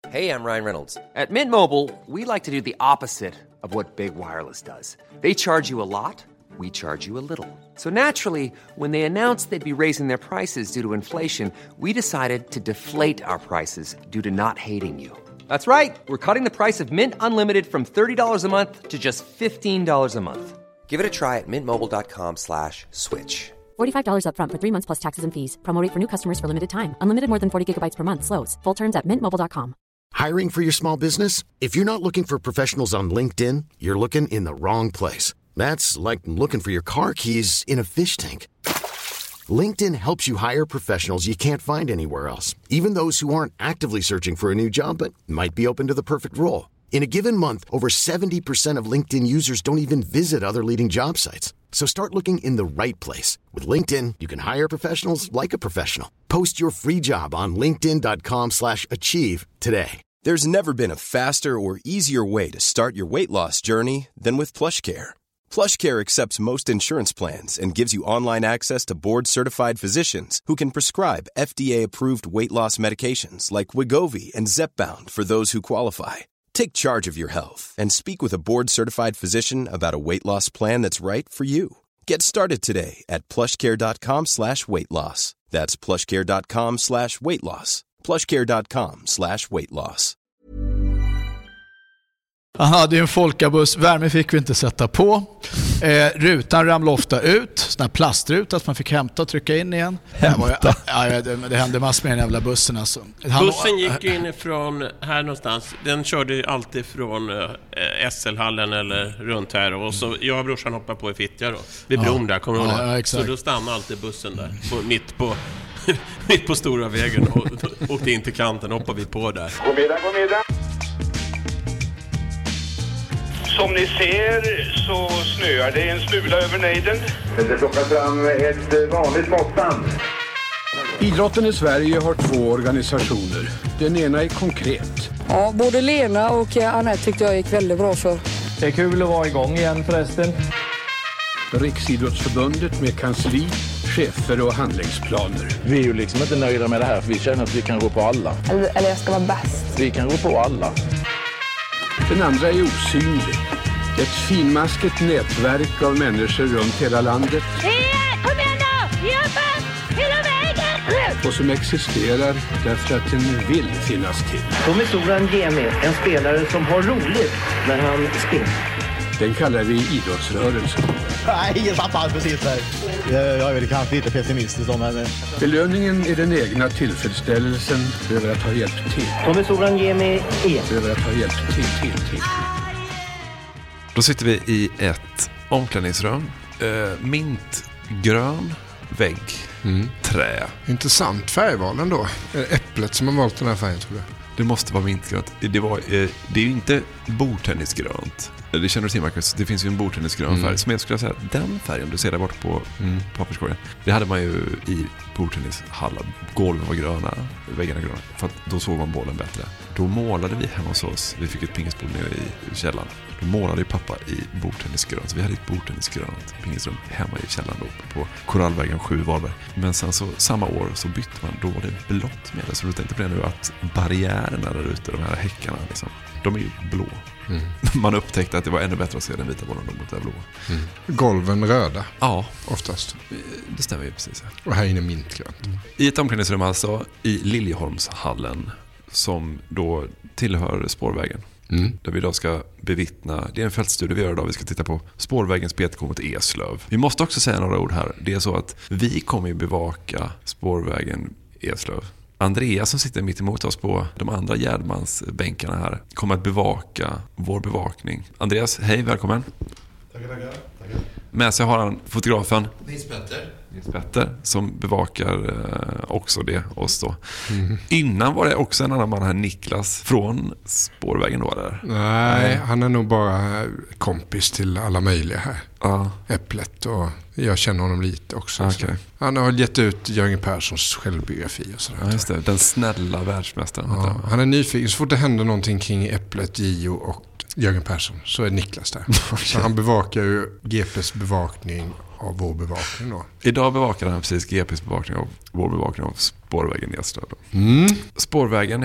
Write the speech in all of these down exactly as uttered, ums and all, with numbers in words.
Hey, I'm Ryan Reynolds. At Mint Mobile, we like to do the opposite of what Big Wireless does. They charge you a lot, we charge you a little. So naturally, when they announced they'd be raising their prices due to inflation, we decided to deflate our prices due to not hating you. That's right. We're cutting the price of Mint Unlimited from thirty dollars a month to just fifteen dollars a month. Give it a try at mintmobile.com slash switch. forty-five dollars up front for three months plus taxes and fees. Promo rate for new customers for limited time. Unlimited more than forty gigabytes per month slows. Full terms at mint mobile dot com. Hiring for your small business? If you're not looking for professionals on LinkedIn, you're looking in the wrong place. That's like looking for your car keys in a fish tank. LinkedIn helps you hire professionals you can't find anywhere else, even those who aren't actively searching for a new job but might be open to the perfect role. In a given month, over seventy percent of LinkedIn users don't even visit other leading job sites. So start looking in the right place. With LinkedIn, you can hire professionals like a professional. Post your free job on linkedin.com slash achieve today. There's never been a faster or easier way to start your weight loss journey than with PlushCare. PlushCare accepts most insurance plans and gives you online access to board-certified physicians who can prescribe F D A-approved weight loss medications like Wegovy and Zepbound for those who qualify. Take charge of your health and speak with a board-certified physician about a weight loss plan that's right for you. Get started today at plushcare.com slash weight loss. That's plushcare.com slash weight loss. plushcare.com slash weight loss. Aha, det är en folkabuss. Värme fick vi inte sätta på. Eh, rutan ramlade ofta ut. Sån här plastruta att man fick hämta och trycka in igen. Hämta? Ja, det, det hände massor med den jävla bussen alltså. Han, bussen gick in ifrån här någonstans. Den körde alltid från eh, S L-hallen eller runt här. Och så jag och brorsan hoppade på i Fittja då. Vid bron där, kommer du ja, ihåg? Så då stannade alltid bussen där. På, mitt på... mitt på stora vägen och åkte in till kanten, hoppade vi på där. God middag, god middag. Som ni ser så snöar det en smula över nejden. Det plockar fram ett vanligt måttband. Idrotten i Sverige har två organisationer. Den ena är konkret. Ja, både Lena och Anette tyckte jag gick väldigt bra för. Det är kul att vara igång igen förresten. Riksidrottsförbundet med kansli, chefer och handlingsplaner. Vi är ju liksom inte nöjda med det här för vi känner att vi kan gå på alla. Eller, eller jag ska vara bäst. Vi kan gå på alla. Den andra är osynlig. Ett finmaskigt nätverk av människor runt hela landet. Hej, kom igen då! Jobba! Hela vägen! Och som existerar därför att den vill finnas till. Tommy Soran Gemi, en spelare som har roligt när han spelar. Den kallar vi idrottsrörelsen. Nej, jag tappade precis där. Jag är väl kanske lite pessimistisk om henne. Belöningen är den egna tillfredsställelsen över att ha hjälpt till. Tommy Soran Gemi är. Över att ha hjälpt till, till, till. Då sitter vi i ett omklädningsrum. Uh, mintgrön vägg. Mm. Trä. Intressant färgval ändå. Äpplet som har valt den här färgen, tror jag. Det måste vara mintgrönt. Det, var, eh, det är ju inte bordtennisgrönt. Det känner du till, Marcus. Det finns ju en bordtennisgrön mm. färg. Som jag skulle säga, den färgen du ser där bort på mm. papperskorgen. Det hade man ju i bordtennishallar. Golven var gröna, väggarna gröna. För att då såg man bollen bättre. Då målade vi hemma hos oss. Vi fick ett pingisbord nere i källaren. Då målade ju pappa i bordtennisgrönt. Så vi hade ett bordtennisgrönt pingisrum hemma i källaren då, på Korallvägen sju Varberg. Men sen så samma år så bytte man. Då var det blått med det. Så du tänkte på det nu att barriärerna där ute, de här häckarna liksom, de är ju blå. Mm. Man upptäckte att det var ännu bättre att se den vita bollen mot den blå. Mm. Golven röda. Ja, oftast. Det stämmer ju precis. Och här inne mintgrönt. Mm. I ett omklädningsrum alltså i Liljeholmshallen som då tillhör Spårvägen. Mm. Där vi idag ska bevittna, det är en fältstudie vi gör idag, vi ska titta på Spårvägens P T K mot Eslöv. Vi måste också säga några ord här. Det är så att vi kommer ju bevaka Spårvägen Eslöv. Andreas som sitter mitt emot oss på de andra Gärdmansbänkarna här kommer att bevaka vår bevakning. Andreas, hej, välkommen. Tackar, tackar. tackar. Med sig har han fotografen Nils Petter. Nils Petter som bevakar eh, också det, oss då. Mm. Innan var det också en annan man här, Niklas från Spårvägen då där. Nej, han är nog bara kompis till alla möjliga här. Ja. Äpplet och jag känner honom lite också. Okay. Han har gett ut Jörgen Perssons självbiografi och sådär. Ja, just det. Den snälla världsmästaren. Ja, han är nyfiken. Så fort det händer någonting kring Äpplet, Gio och Jörgen Persson så är Niklas där. Okay. Så han bevakar ju G P:s bevakning av vår bevakning då. Idag bevakar han precis G P:s bevakning av vår bevakning av Spårvägen i Eslöv. Mm. Spårvägen, ja.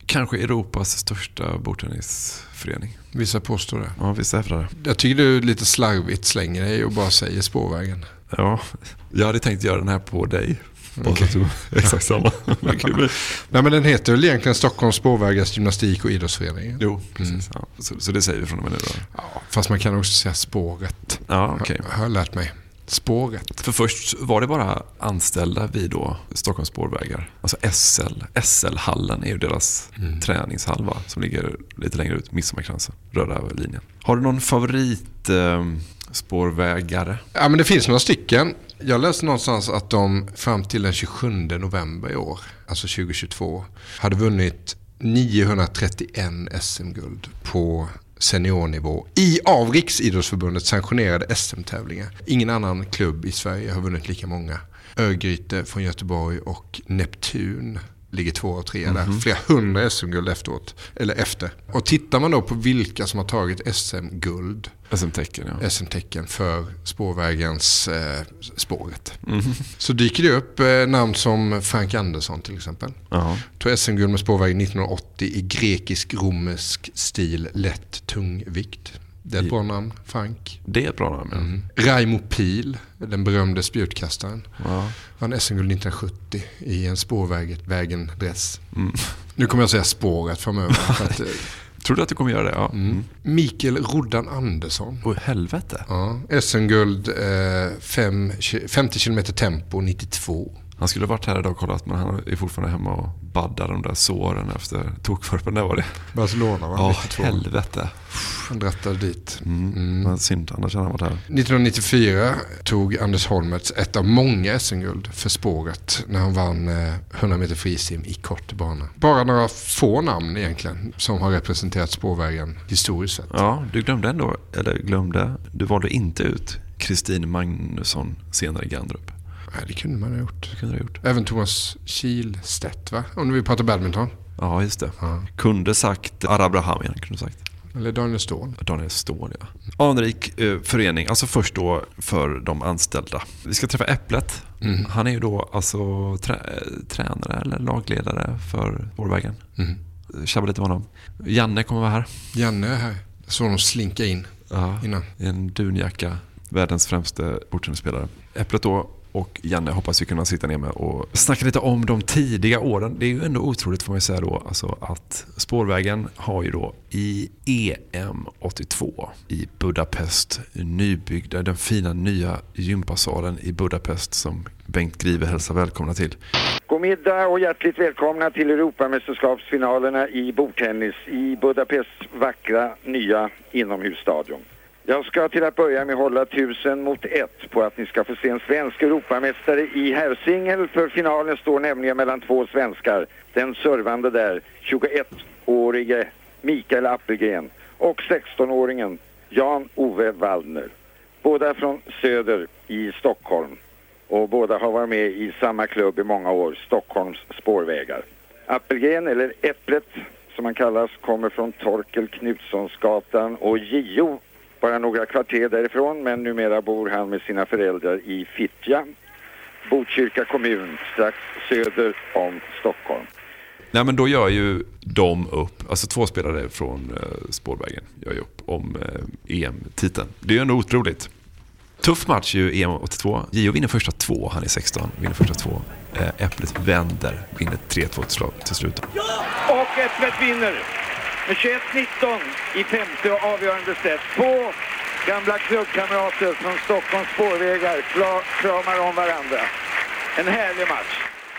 Kanske Europas största bordtennisförening. Vissa påstår det. Ja, vissa hävdar det. Jag tycker du lite slarvigt slänger dig och bara säger Spårvägen. Ja, jag hade tänkt göra den här på dig. Okay. Exakt samma. Nej, men den heter väl egentligen Stockholms Spårvägars gymnastik- och idrottsförening. Jo, precis. Mm. Ja. Så, så det säger vi från och med nu då. Ja, fast man kan också säga spåret. Ja, okej. Okay. Jag har lärt mig. Spåret. För först var det bara anställda vid då Stockholms Spårvägar. Alltså S L. S L-hallen är ju deras mm. träningshall, va? Som ligger lite längre ut, Midsommarkransen, röda över linjen. Har du någon favorit eh, spårvägare? Ja, men det finns några stycken. Jag läste någonstans att de fram till den tjugosjunde november i år, alltså tjugohundratjugotvå, hade vunnit niohundratrettioen S M-guld på seniornivå i av Riksidrottsförbundet sanktionerade S M-tävlingar. Ingen annan klubb i Sverige har vunnit lika många. Örgryte från Göteborg och Neptun ligger två och tre där. Mm-hmm. Flera hundra S M-guld efteråt. Eller efter. Och tittar man då på vilka som har tagit S M-guld. S M-tecken, ja. S M-tecken för Spårvägens eh, spåret. Mm-hmm. Så dyker det upp eh, namn som Frank Andersson till exempel. Uh-huh. Tog S M-guld med Spårvägen nittonhundraåttio i grekisk-romersk stil lätt tungvikt. Det är ett I... bra namn, Frank. Det är ett bra namn, ja. Mm. Raimo Pil, den berömde spjutkastaren. Ja. Vann S M-guld nittonhundrasjuttio i en Spårvägen-dress. Mm. Nu kommer jag säga spåret framöver. För att, tror du att du kommer göra det? Ja. Mm. Mikael Roddan Andersson. Åh, helvete. Ja. S M-guld eh, fem, femtio kilometer tempo nittiotvå. Han skulle ha varit här idag och kollat, men han är fortfarande hemma och baddar de där såren efter tokförpen. Där var det. Barcelona, va? Ja, nittiotvå. Helvete. Han drattade dit. Mm. Mm. Men synd, annars hade han varit här. nittonhundranittiofyra tog Anders Holmertz ett av många S M-guld för spåret när han vann eh, hundra meter frisim i kort bana. Bara några få namn egentligen som har representerat Spårvägen historiskt sett. Ja, du glömde ändå, eller glömde, du valde inte ut Kristin Magnusson senare i Gandrup. Nej, det kunde man ha gjort. Det kunde ha gjort. Även Thomas Kihlstedt, va? Om vi pratar badminton. Ja, just det. Ja. Kunde sagt Arabrahamian, kunde sagt. Eller Daniel Ståhl. Daniel Ståhl, ja. Anrik eh, förening, alltså först då för de anställda. Vi ska träffa Äpplet. Mm. Han är ju då alltså trä- tränare eller lagledare för Spårvägen. Mm. Tjabba lite med honom. Janne kommer vara här. Janne är här. Jag såg honom slinka in ja, innan. En dunjacka, världens främste bordtennisspelare. Äpplet då. Och Janne hoppas vi kunna sitta ner med och snacka lite om de tidiga åren. Det är ju ändå otroligt, får man säga då, alltså att Spårvägen har ju då i E M åttiotvå i Budapest nybyggda, den fina nya gympasalen i Budapest som Bengt Grive hälsar välkomna till. God middag och hjärtligt välkomna till Europamästerskapsfinalerna i bordtennis i Budapests vackra nya inomhusstadion. Jag ska till att börja med hålla tusen mot ett på att ni ska få se en svensk Europamästare i herrsingel. För finalen står nämligen mellan två svenskar. Den servande där, tjugoettårige Mikael Appelgren och sextonåringen Jan-Ove Waldner. Båda från söder i Stockholm. Och båda har varit med i samma klubb i många år, Stockholms Spårvägar. Appelgren, eller Äpplet som han kallas, kommer från Torkel Knutssonsgatan och J O bara några kvarter därifrån, men numera bor han med sina föräldrar i Fittja, Botkyrka kommun, strax söder om Stockholm. Nej, men då gör ju de upp, alltså två spelare från eh, Spårvägen gör ju upp om eh, E M-titeln. Det är ju ändå otroligt. Tuff match ju E M åttiotvå. Gio vinner första två, han är sexton, vinner första två. Eh, Äpplet vänder, vinner tre två slag till slut. Och Äpplet vinner med tjugoett nitton i femte och avgörande set. Två gamla klubbkamrater från Stockholms Spårvägar kramar om varandra. En härlig match.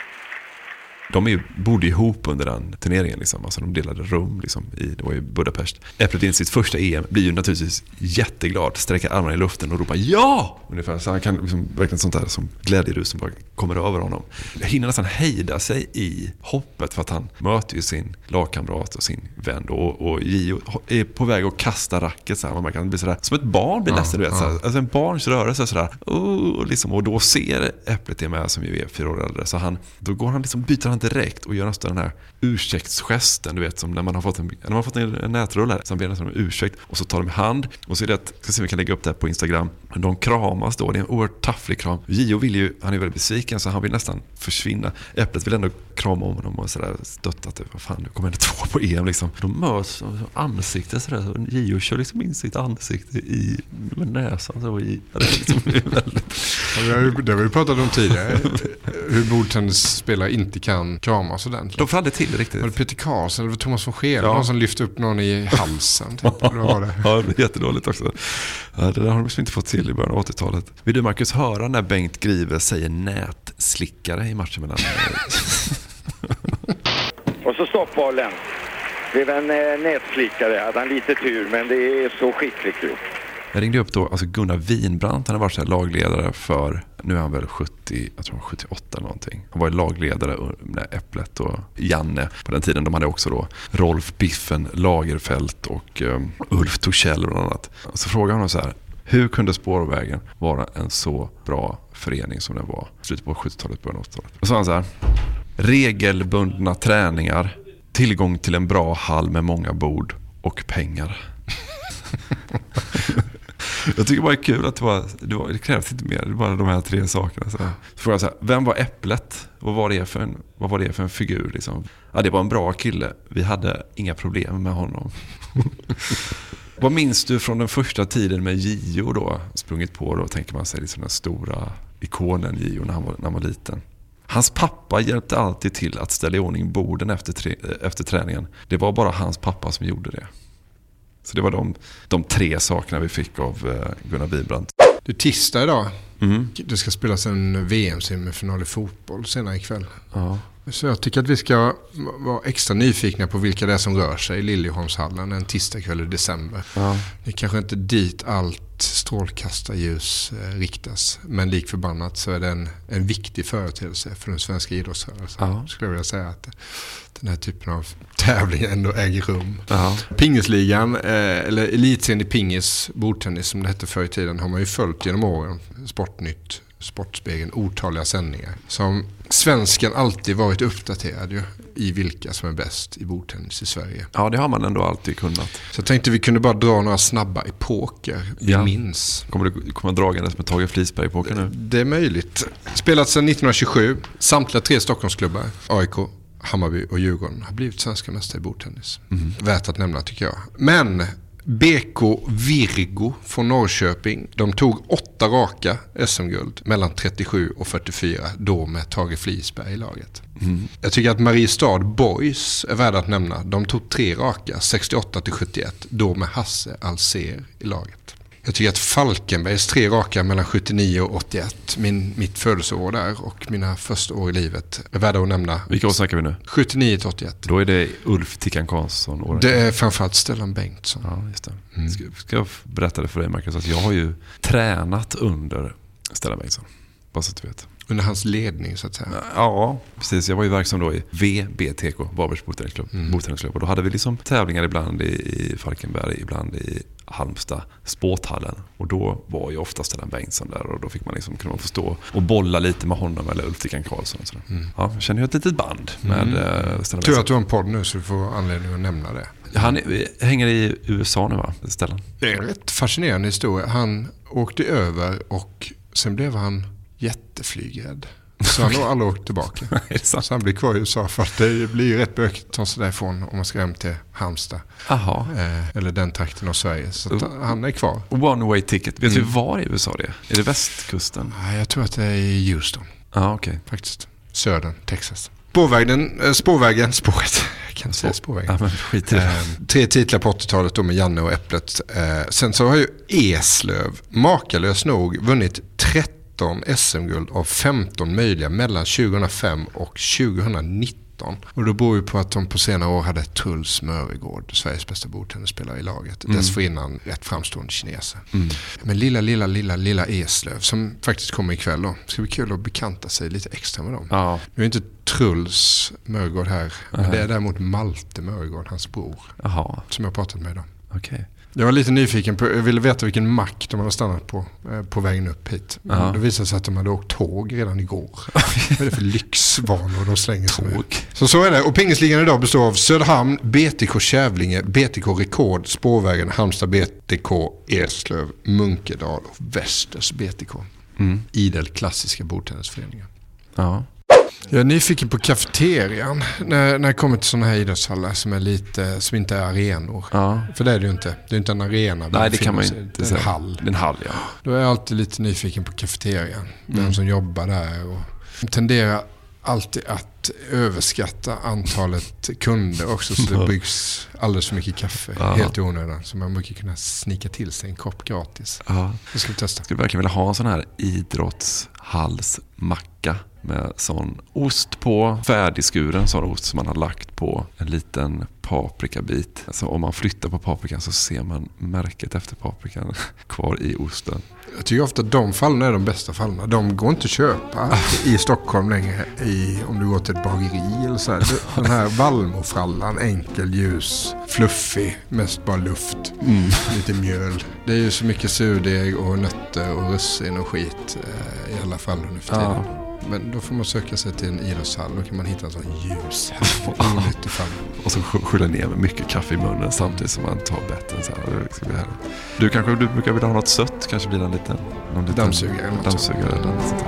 De är, bodde ihop under den turneringen liksom. Alltså de delade rum liksom, i, det var i Budapest. Äpplet in sitt första E M blir ju naturligtvis jätteglad, sträcker armarna i luften och ropar ja! Ungefär, så han kan liksom, verkligen sånt där som glädjerus som bara kommer över honom. Jag hinner nästan hejda sig i hoppet för att han möter ju sin lagkamrat och sin vän och, och Gio är på väg att kasta racket så här. Man kan bli sådär, som ett barn blir nästan, ja, du vet, ja. Så alltså en barns rörelse sådär. Oh, liksom, och då ser Äpplet det med som ju är fyra år äldre, så han, då går han liksom, byter han direkt och gör nästan den här ursäktsgesten, du vet, som när man har fått en, när man har fått en, en nätrulle som blir nästan en ursäkt, och så tar de i hand och så är det att, ska se om vi kan lägga upp det här på Instagram. De kramas då, det är en oerhört tafflig kram. Gio vill ju, han är väldigt besviken så han vill nästan försvinna. Äpplet vill ändå krama om honom och sådär stötta att vad fan, nu kommer det två på E M liksom. De möts ansiktet sådär, och Gio kör liksom in sitt ansikte i med näsan så i. Ja, det är liksom väldigt... Ja, det har vi pratat om tidigare. Hur bordtennisspelare inte kan kramas ordentligt. De får aldrig till riktigt. Var det Peter Karlsson eller Thomas von Scheel? Ja. Någon som lyfte upp någon i halsen. Typ. Det var det. Ja, det blev jättedåligt också. Ja, det där har de inte fått till i början av åttiotalet. Vill du, Marcus, höra när Bengt Grive säger nätslickare i matchen mellan... Och så stoppbollen. Det var en eh, nätslickare. Hade han lite tur, men det är så skickligt gjort. Jag ringde upp då, alltså Gunnar Winbrandt, han har varit så här lagledare för, nu är han väl sjuttio, jag tror sjuttioåtta eller någonting. Han var ju lagledare med Äpplet och Janne på den tiden. De hade också då Rolf Biffen Lagerfält och um, Ulf Torssell och annat. Och så frågade han så här, hur kunde Spårvägen vara en så bra förening som den var i slutet på sjuttiotalet, början av åttiotalet? Och så sa han så här, regelbundna träningar, tillgång till en bra hall med många bord och pengar. Jag tycker bara det är kul att det, var, det, var, det krävs inte mer. Det är bara de här tre sakerna. Så, så frågar jag så här, vem var Äpplet? Vad var det för en, vad var det för en figur? Liksom? Ja, det var en bra kille. Vi hade inga problem med honom. Vad minns du från den första tiden med Gio då? Sprungit på då, tänker man sig, liksom den stora ikonen Gio när han var, när han var liten. Hans pappa hjälpte alltid till att ställa i ordning borden efter, tre, efter träningen. Det var bara hans pappa som gjorde det. Så det var de, de tre sakerna vi fick av uh, Gunnar Winbrandt. Det är tisdag idag. Mm. Det ska spelas en V M-semifinal i fotboll senare ikväll. Ja. Så jag tycker att vi ska vara extra nyfikna på vilka det är som rör sig i Liljeholmshallen en tisdagkväll i december. Ja. Det är kanske inte dit allt strålkastarljus eh, riktas, men lik förbannat så är det en, en viktig företeelse för den svenska idrottsrörelsen. Ja. Skulle jag vilja säga att den här typen av tävling ändå äger rum. Ja. Pingisligan, eh, eller elitserien i pingis, bordtennis som det hette förr i tiden, har man ju följt genom åren. Sportnytt, Sportspegeln, otaliga sändningar. Som svensken alltid varit uppdaterad ju, i vilka som är bäst i bordtennis i Sverige. Ja, det har man ändå alltid kunnat. Så jag tänkte vi kunde bara dra några snabba epoker vi ja. minns. Kommer du komma dragandes med Tage Flisberg-epoken nu? Det är möjligt. Spelat sedan nittonhundratjugosju. Samtliga tre Stockholmsklubbar, A I K, Hammarby och Djurgården, har blivit svenska mästare i bordtennis. Mm. Värt att nämna tycker jag. Men B K Virgo från Norrköping, de tog åtta raka S M-guld mellan trettiosju och fyrtiofyra, då med Tage Flisberg i laget. Mm. Jag tycker att Mariestad Boys är värda att nämna. De tog tre raka, sextioåtta till sjuttioett, då med Hasse Alser i laget. Jag tycker att Falkenbergs tre raka mellan sjuttionio och åttioett, min, mitt födelseår där och mina första år i livet, är värda att nämna. Vilka år snackar vi nu? sjuttionio till åttioett. Då är det Ulf Tickan Karlsson. Åren. Det är framförallt Stellan Bengtsson. Ja, just det. Mm. Ska, ska jag berätta det för dig, Marcus, att jag har ju tränat under Stellan Bengtsson. Bara så att du vet. Under hans ledning så att säga. Ja, precis. Jag var ju verksam då i V B T K, Varbergs bordtennisklubb. Mm. Och då hade vi liksom tävlingar ibland i, i Falkenberg, ibland i Halmstad, Sporthallen. Och då var ju ofta Stellan Bengtsson där och då fick man liksom, kunde man få stå och bolla lite med honom eller Ulf Tickan Karlsson och sådär. Mm. Ja, jag känner ju ett litet band med mm. Stellan Bengtsson. Tur att du har en podd nu så du får anledning att nämna det. Han är, hänger i U S A nu, va? Stellan? Det är en rätt fascinerande historia. Han åkte över och sen blev han jätteflygrädd. Så han har aldrig åkt tillbaka. Så han blir kvar i U S A för att det blir ju rätt bökigt att ta sig därifrån om man ska hem till Halmstad. Aha. Eh, eller den trakten av Sverige. Så uh, han är kvar. One way ticket. Vet mm. du var i U S A det är? Är det västkusten? Nej, jag tror att det är i Houston. Ja, ah, okej. Okay. Faktiskt. Södern, Texas. Spårvägen, äh, spårvägen, spåret. Jag kan säga spårvägen. Ja, men skit i det. Eh, tre titlar på åttiotalet då med Janne och Äpplet. Eh, sen så har ju Eslöv, makalös nog, vunnit tretton S M-guld av femton möjliga mellan tjugohundrafem och tjugohundranitton. Och då beror ju på att de på senare år hade Truls Mörgård, Sveriges bästa bordtennisspelare i laget. Mm. Dessförinnan rätt framstående kineser. Mm. Men lilla, lilla, lilla, lilla Eslöv som faktiskt kommer ikväll då. Ska bli kul att bekanta sig lite extra med dem. Ja. Nu är inte Truls Mörgård här, men det är däremot Malte Mörgård, hans bror. Aha. Som jag har pratat med dem. Okej. Okay. Jag var lite nyfiken på, jag ville veta vilken mack de hade stannat på på vägen upp hit. Men det visade sig att de hade åkt tåg redan igår. Vad är det för lyxvanor de slänger sig med? Så så är det. Och pingisligan idag består av Söderhamn, B T K Kävlinge, B T K Rekord, Spårvägen, Halmstad B T K, Eslöv, Munkedal och Västers B T K. Mm. Idel klassiska bordtennisföreningar. Ja. Jag är nyfiken på kafeterian när, när jag kommer till sådana här idrottshallar som är lite, som inte är arenor. Ja. För det är det ju inte. Det är inte en arena. Nej, det kan man ju inte säga. Det är en hall. Det är en hall, ja. Då är jag alltid lite nyfiken på kafeterian. Vem Mm. som jobbar där. Och tenderar alltid att överskatta antalet kunder också. Så det byggs alldeles för mycket kaffe. Ja. Helt i onödan. Så man brukar kunna snika till sig en kopp gratis. Ja. Det ska vi testa. Jag skulle verkligen vilja ha en sån här idrottshalsmacka med sån ost på, färdigskuren sån ost som man har lagt på en liten paprikabit. Alltså om man flyttar på paprikan så ser man märket efter paprikan kvar i osten. Jag tycker ofta att de fallen är de bästa fallen. De går inte att köpa i Stockholm längre i, om du går till ett bageri eller så här. Den här Valmofrallan, enkel, ljus, fluffig, mest bara luft, mm. lite mjöl. Det är ju så mycket surdeg och nötter och russin och skit eh, i alla fall nu för tiden. Ja. Men då får man söka sig till en idrottshall. Då kan man hitta en sån ljus onyttig fall. Och så skylla ner med mycket kaffe i munnen samtidigt som man tar betten. Så här. Du kanske du brukar vilja ha något sött. Kanske blir det en liten, någon liten dammsugare. Dammsugare eller något sånt här.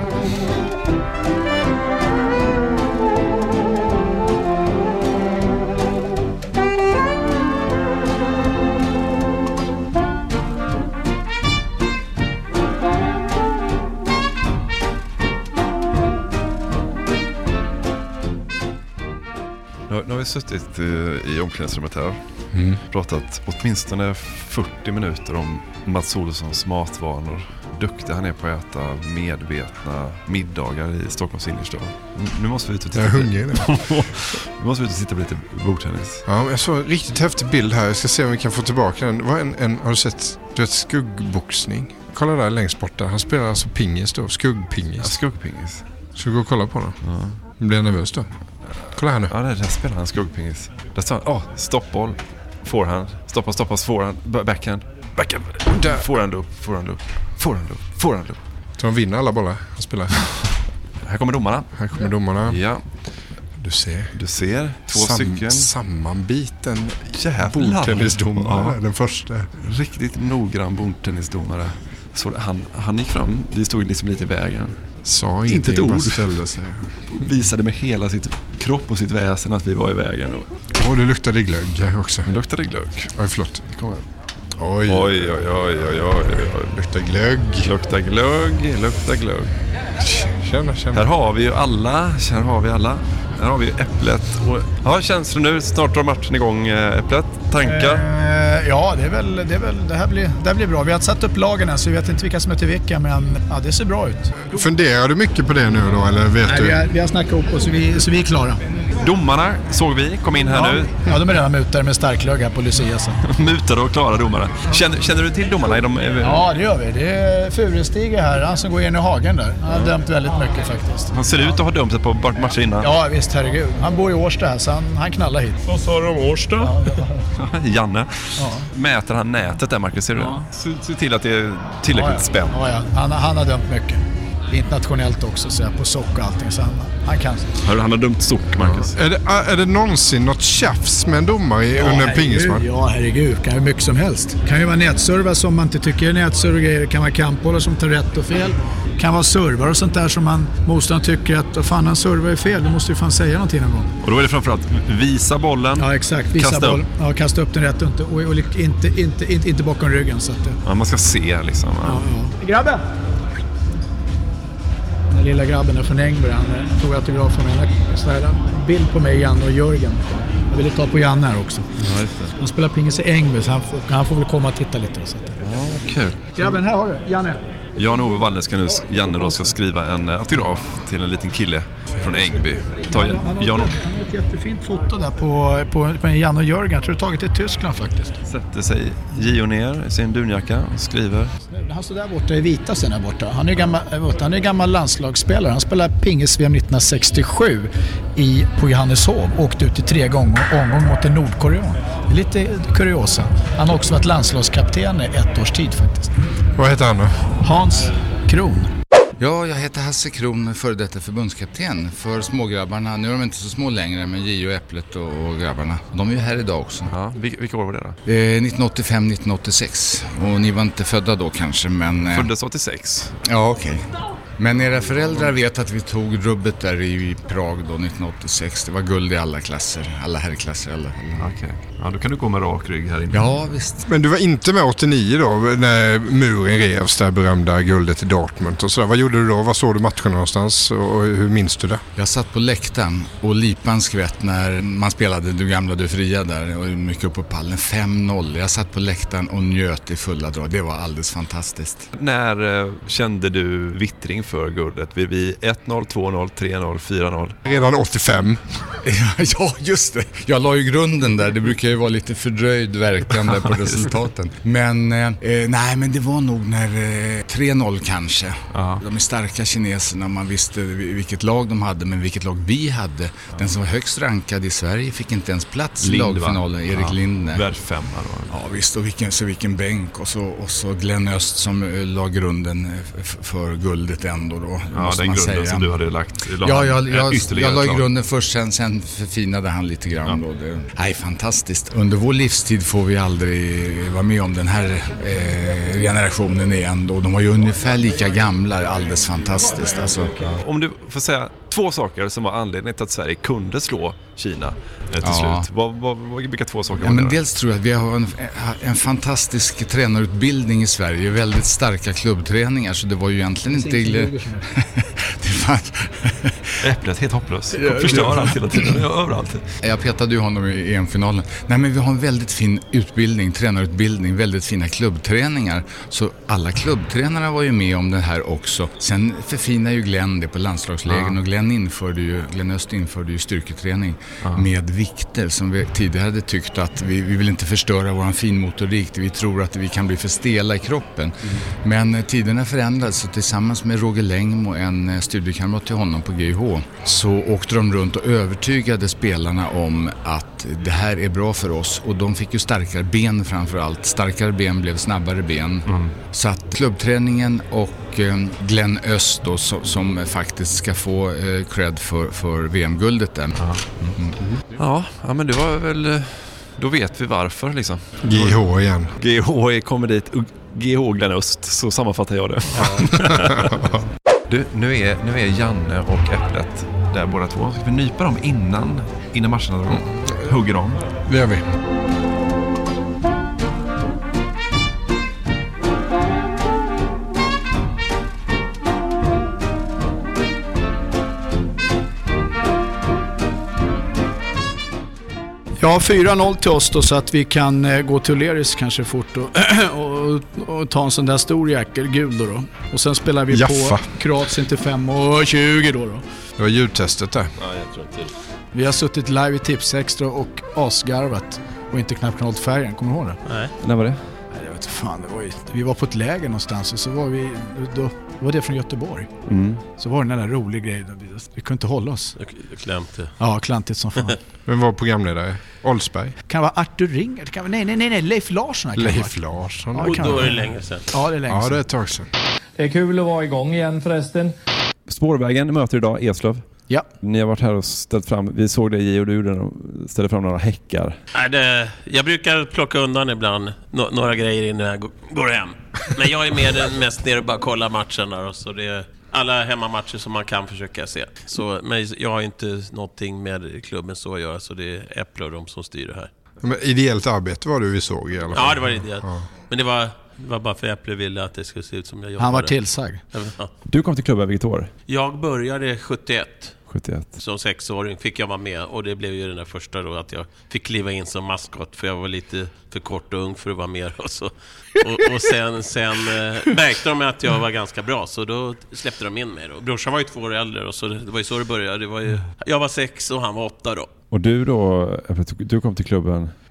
Nu har vi suttit i omklädningsrummet här. Mm. Pratat åtminstone fyrtio minuter om Mats Olssons matvanor. Duktig han är på att äta medvetna middagar i Stockholms innerstad. Nu måste vi ut och titta. Jag är hungrig nu. Nu måste vi ut och titta på lite bordtennis. Ja, jag såg en riktigt häftig bild här. Jag ska se om vi kan få tillbaka den. Det var en, en, har du sett du vet, skuggboxning? Kolla där längst bort där. Han spelar alltså pingis då. Skuggpingis. Ja, skuggpingis. Ska vi gå och kolla på den? Ja. Blir jag nervös då? Kolla här nu. Ja, där, där spelar han skuggpingis. Där står han, åh, oh, stoppboll, forehand, stoppa, stoppa, forehand, backhand, backhand, där. Forehand upp, forehand upp, forehand upp, forehand upp. Så han vinner alla bollar han spelar. Här kommer domarna. Här kommer domarna. Ja. Du ser. Du ser, två Sam- stycken. Sammanbiten bordtennisdomare. Ja. Den första. Riktigt noggrann bordtennisdomare. Så han, han gick fram, vi stod liksom lite i vägen. Sa inte ett ord. Sig. Visade med hela sitt kropp och sitt väsen att vi var i vägen. Och oh, det luktade glögg här också. Det luktade glögg. Oj, förlåt. Kom igen. Oj, oj, oj, oj, oj, oj. Luktar glögg. Luktar glögg, luktar glögg. Känna, känna. Här har vi ju alla, här har vi alla. Här har vi Äpplet. Och, ja, känslor nu. Snart drar matchen igång, Äpplet. Tankar? Eh, ja, det är väl, det är väl, det här blir, det här blir bra. Vi har satt upp lagen än så vi vet inte vilka som är till vilka, men ja, det ser bra ut. Funderar du mycket på det nu då, eller vet Nej, du? Vi har, vi har snackat upp oss så vi, så vi är klara. Domarna såg vi, kom in här ja. nu. Ja, de är redan mutade med starklög här på Lucia. Mutade och klara domare. Känner, känner du till domarna? Är de, är... Ja, det gör vi. Det är Furestiger här, han som går in i hagen där. Han har dömt väldigt mycket faktiskt. Han ser ut att ha dömt sig på matcher innan. Ja, visst, herregud. Han bor i Årsta här, så han, han knallar hit. Vad sa du om Årsta? Ja, ja. Janne. Ja. Mäter han nätet där, Marcus? Ser du? Ja. Se, se till att det är tillräckligt ja, ja. spänn. Ja, ja. Han, han har dömt mycket. Internationellt också, så på sock och allting. Så han, han kan. Han, han har dömt sock, Marcus. Ja. Är, det, är det någonsin något tjafs med en domare ja, under en pingismatch? Ja, herregud. Kan ju mycket som helst. Kan ju vara nätservar som man inte tycker är nätserver. Kan vara kampbollar som tar rätt och fel. Kan vara servar och sånt där som man motståndaren tycker att fan, han servar är fel. Du måste ju fan säga någonting någon gång. Och då är det framförallt visa bollen. Ja, exakt. Visa kasta boll. upp. Ja, kasta upp den rätt och inte, och, och inte, inte, inte, inte bakom ryggen. Så att, ja, man ska se liksom. Ja. Ja, ja. Grabben! Den lilla grabben är från Engberg. Han tog autograf från mig. En bild på mig, Janne och Jörgen. Jag ville ta på Janne här också. Ja, just det. Han spelar pingis i Engberg, så han får, han får väl komma och titta lite. Så att, ja, kul. Grabben, här har du. Janne. Jan-Ove Wallner ska nu, Janne då ska skriva en autograf till en liten kille från Ängby. Ta han, han, har, han har ett jättefint foto där på, på, på Janne och Jörgen. Jag tror du tagit det i Tyskland faktiskt. Sätter sig Gio ner i sin dunjacka och skriver. Han står där borta i vita sen där borta. Han är gammal, han är gammal landslagsspelare. Han spelar pingis V M nittonhundrasextiosju i, på Johanneshov. Åkte ut i tre gånger omgång mot en nordkorean. lite kuriosa. Han har också varit landslagskapten i ett års tid faktiskt. Vad heter han då? Hans Kron. Ja, jag heter Hasse Kron, före detta förbundskapten för smågrabbarna. Nu är de inte så små längre, men Gio, Äpplet och, och grabbarna. De är ju här idag också. Ja, vilka år var det då? Eh, nittonhundraåttiofem nittonhundraåttiosex. Och ni var inte födda då kanske, men... Eh... Föddes åttiosex? Ja, okej. Okay. Men era föräldrar vet att vi tog rubbet där i Prag då nittonhundraåttiosex. Det var guld i alla klasser, alla herrklasser. Alla, alla. Okej, okay. Ja, då kan du gå med rak rygg här inne. Ja, visst. Men du var inte med åttionio då, när muren revs, där berömda guldet i Dortmund och sådär. Vad gjorde du då? Vad såg du matchen någonstans och hur minns du det? Jag satt på läktaren och lipan skvätt när man spelade Du gamla, du fria där och mycket upp på pallen. fem noll. Jag satt på läktaren och njöt i fulla drag. Det var alldeles fantastiskt. När eh, kände du vittring för guldet? Vid vi ett noll, två noll, tre noll, fyra noll? Redan åttiofem. Ja, just det. Jag la ju grunden där. Det brukar ju vara lite fördröjd verkan där på resultaten. Men eh, nej, men det var nog när eh, tre noll kanske. Aha. De är starka kineserna. Man visste vilket lag de hade, men vilket lag vi hade. Ja. Den som var högst rankad i Sverige fick inte ens plats i lagfinalen. Erik ja. Linde. Världsfemma då. Ja, visst. Och vilken, så vilken bänk. Och så, och så Glenn Öst som uh, la grunden f- för guldet ändå då. Ja, den grunden säga. Som du hade lagt. La ja, jag, jag, jag la grunden först, sen, sen förfinade han lite grann. Ja. Då. Det, nej, fantastiskt. Under vår livstid får vi aldrig vara med om den här eh, generationen igen. Då. De var ju ungefär lika gamla, alldeles fantastiskt. Alltså. Om du får säga två saker som var anledningen till att Sverige kunde slå Kina till ja. slut. Vad, vad, vad, vilka två saker ja, var det? Men dels tror jag att vi har en, en fantastisk tränarutbildning i Sverige. Väldigt starka klubbträningar, så det var ju egentligen inte... det var... Äpplet, helt hopplös. Jag förstör allt hela tiden. Jag överallt. Jag petade ju honom i E M-finalen. Nej, men vi har en väldigt fin utbildning, tränarutbildning, väldigt fina klubbträningar. Så alla klubbtränarna var ju med om det här också. Sen förfinar ju Glenn det på landslagslägen ja. och Glenn införde ju, Glenn Öst införde ju styrketräning ja. med vikter som vi tidigare hade tyckt att vi, vi vill inte förstöra våran finmotorik. Vi tror att vi kan bli för stela i kroppen. Mm. Men tiderna förändrades, så tillsammans med Roger Längmo, en studiekamrat till honom på G H, så åkte de runt och övertygade spelarna om att det här är bra för oss, och de fick ju starkare ben framförallt. Starkare ben blev snabbare ben. Mm. Så att klubbträningen och eh, Glenn Öst då, so, som faktiskt ska få eh, cred för, för V M-guldet där. Ja. Mm. Mm. Ja, ja, men det var väl... Då vet vi varför liksom. G H igen. G H kommer dit. G H Glenn Öst, så sammanfattar jag det. Du, nu är, nu är Janne och Äpplet där båda två. Ska vi nypa dem innan, innan matcherna då? Mm. Hugger dem? Det gör vi. Ja, fyra noll till oss då, så att vi kan eh, gå till O'Learys kanske fort och, och, och ta en sån där stor jäkel, gul då, då. Och sen spelar vi Jaffa. På Kroatien till fem och tjugo då, då. Det var ljudtestet där. Ja, jag tror inte. Vi har suttit live i Tips Extra och asgarvat och inte knappt knallt färgen, kommer du ihåg det? Nej. När var det? Nej, jag vet inte fan, det var ju, vi var på ett läger någonstans och så var vi, då var det från Göteborg. Mm. Så var det den där roliga grejen, vi, vi kunde inte hålla oss. Klantigt. Ja, klantigt som fan. Vem var programledare? Oldsberg? Kan det vara Arthur Ringer? Det kan vara, nej, nej, nej, nej, Leif Larsson. Leif Larsson. Ja, och då är det länge sedan. Ja, det är länge sedan. Ja, det är ett tag sedan. Det är kul att vara igång igen förresten. Spårvägen möter idag Eslöv. Ja. Ni har varit här och ställt fram, vi såg det i och du ställde fram några häckar. Nej, det, jag brukar plocka undan ibland no, några grejer innan jag går hem. Men jag är mer mest ner och bara kolla matcherna. Och så det är alla hemmamatcher som man kan försöka se. Så, men jag har inte någonting med klubben så att göra, så det är Äpple och de som styr det här. Men ideellt arbete var det vi såg i alla fall. Ja, det var ideellt. Ja. Men det var, det var bara för Äpple ville att det skulle se ut som jag jobbade. Han var tillsagd. Ja. Du kom till klubben vilket år? Jag började sjuttioett. sjuttioett. Som sexåring fick jag vara med, och det blev ju den där första då att jag fick kliva in som maskot, för jag var lite för kort och ung för att vara med. Och, så. och, och sen, sen äh, märkte de att jag var ganska bra, så då släppte de in mig då. Brorsan var ju två år äldre, och så det var ju så det började. Det var ju, jag var sex och han var åtta då. Och du då, du kom till klubben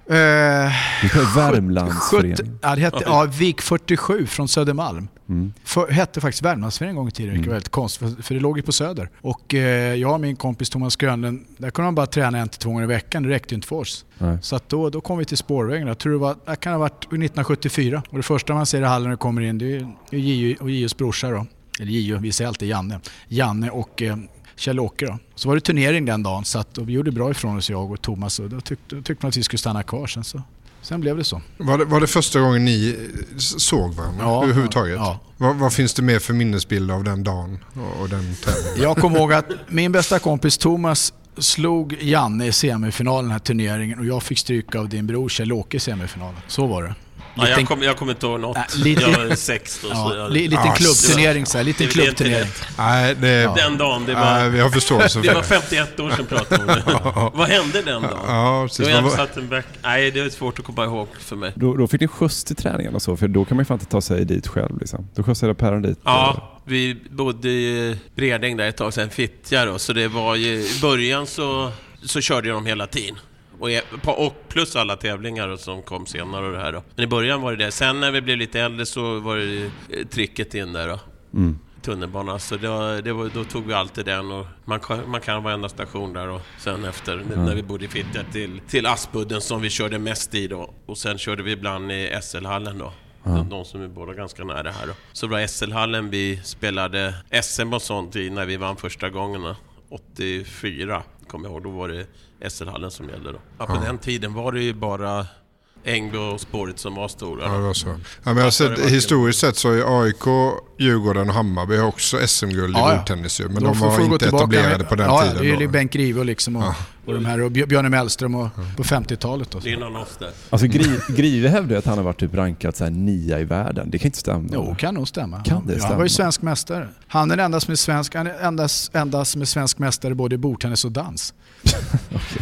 Eh, det var Värmlandsförening. Ja, det hette ja, Vik fyrtiosju från Södermalm. Mm. För, hette faktiskt Värmlandsförening en gång i tiden. Det var väldigt konstigt, för, för det låg ju på Söder. Och eh, jag och min kompis Thomas Grönlund, där kunde man bara träna en till två gånger i veckan. Det räckte ju inte för oss. Nej. Så att då, då kom vi till spårvägen. Jag tror det, var, det kan ha varit nittonhundrasjuttiofyra. Och det första man ser i hallen när det kommer in, det är Gio och Gios brorsa då. Eller Gio, vi säger alltid Janne. Janne och eh, Kjell-Åke då. Så var det turnering den dagen, så att, och vi gjorde bra ifrån oss, jag och Thomas. Och då tyckte, då tyckte man att vi skulle stanna kvar sen så. Sen blev det så. Var det, var det första gången ni såg varandra ja, överhuvudtaget? Ja. Vad, vad finns det mer för minnesbilder av den dagen och, och den tävlingen? Jag kommer ihåg att min bästa kompis Thomas slog Janne i semifinalen den här turneringen och jag fick stryka av din bror Kjell-Åke i semifinalen. Så var det. Ja, jag kommer kom inte ihåg något. Äh, lite, jag är sexton. Ja, så jag, liten ja, klubbturnering. Så här, liten klubbturnering. Nej, det, ja. Den dagen, det var, äh, vi har förståelse det var femtioett år sedan pratade om det. Ja. Vad hände den dagen? Ja, då jag satt en back. Nej, det är svårt att komma ihåg för mig. Då, då fick ni skjuts till träningen och så, för då kan man ju fan inte ta sig dit själv. Liksom. Då skjutsade Päron dit. Ja, och... vi bodde i Bredäng där ett tag sedan, Fittja då. Så det var ju, i början så, så körde de hela tiden. Och, och plus alla tävlingar som kom senare och det här då. Men i början var det det. Sen när vi blev lite äldre så var det tricket in där då. Mm. Tunnelbanan. Så det, det var, då tog vi alltid den och man kan, man kan varenda station där och sen efter mm. när vi bodde i Fittja till, till Aspudden som vi körde mest i då. Och sen körde vi ibland i S L-hallen då. Mm. De, de som är båda ganska nära här då. Så var S L-hallen vi spelade S M och sånt i när vi vann första gångerna. åttiofyra kommer jag ihåg, då var det S L-hallen som gällde då. Ja, på ja. Den tiden var det ju bara Ängby och spåret som var stora. Ja, det var så. Ja, men jag har sett, historiskt sett så är A I K, Djurgården och Hammarby har också S M-guld i ja, bordtennis. Men de, de var inte etablerade med, på den ja, tiden. Ja, det är ju Bengt Grive liksom och, ja. och de här och Björn Mellström och, ja. på femtiotalet. Och så. Det är någon oss där. Alltså Grive, Grive hävdade att han har varit typ rankad så här nia i världen. Det kan inte stämma. Jo, kan nog stämma. Kan det stämma? Ja, han var ju svensk mästare. Han är den enda som är svensk, han är endast, endast som är svensk mästare både i bordtennis och dans. Okej.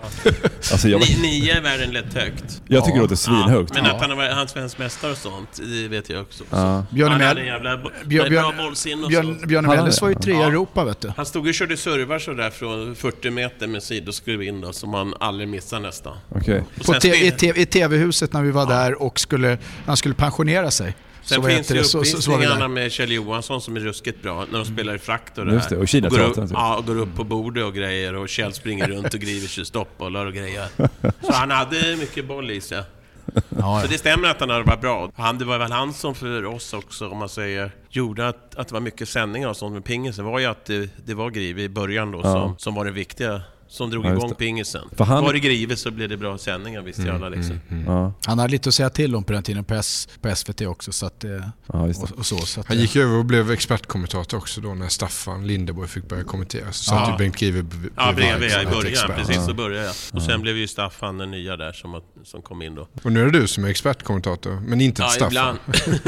Alltså jag... Ni, nio är världen lätt högt. Jag tycker ja. det är svinhögt. Ja, men att han har varit hans svensk mästare och sånt, det vet jag också. Ja. Björn Mellers var ju tre i ja. Europa, vet du. Han stod och körde servar så där från fyrtio meter med sidoskruv in då, som han aldrig missar nästan. Okay. På te- i, te- I tv-huset när vi var ja. där och skulle, han skulle pensionera sig. Sen så finns det uppvisningarna med Kjell Johansson som är ruskigt bra när de spelar i frakt och det Just det, och Kina och går, upp, ja, och går upp på bordet och grejer och Kjell springer runt och griver sig stoppbollar och grejer. Så han hade mycket boll i sig. Ja, så det stämmer att han hade varit bra. Han, det var väl han som för oss också, om man säger, gjorde att, att det var mycket sändningar och sånt med pingisen. Det var ju att det, det var Grive i början då ja. som, som var det viktiga. Som drog ja, igång pingisen. För han... Var det Grive så blev det bra sändningar, visste mm, alla liksom. Mm, mm. Ja. Han hade lite att säga till om på den tiden på, S- på S V T också. Så att, ja, och, och så, så att, han gick över och blev expertkommentator också då när Staffan Lindeborg fick börja kommentera. Så satt ja. ju Bengt Grive b- ja, bredvid i början. Precis, ja. så började jag. Och sen blev ju Staffan den nya där som, som kom in då. Och nu är det du som är expertkommentator, men inte ja, Staffan.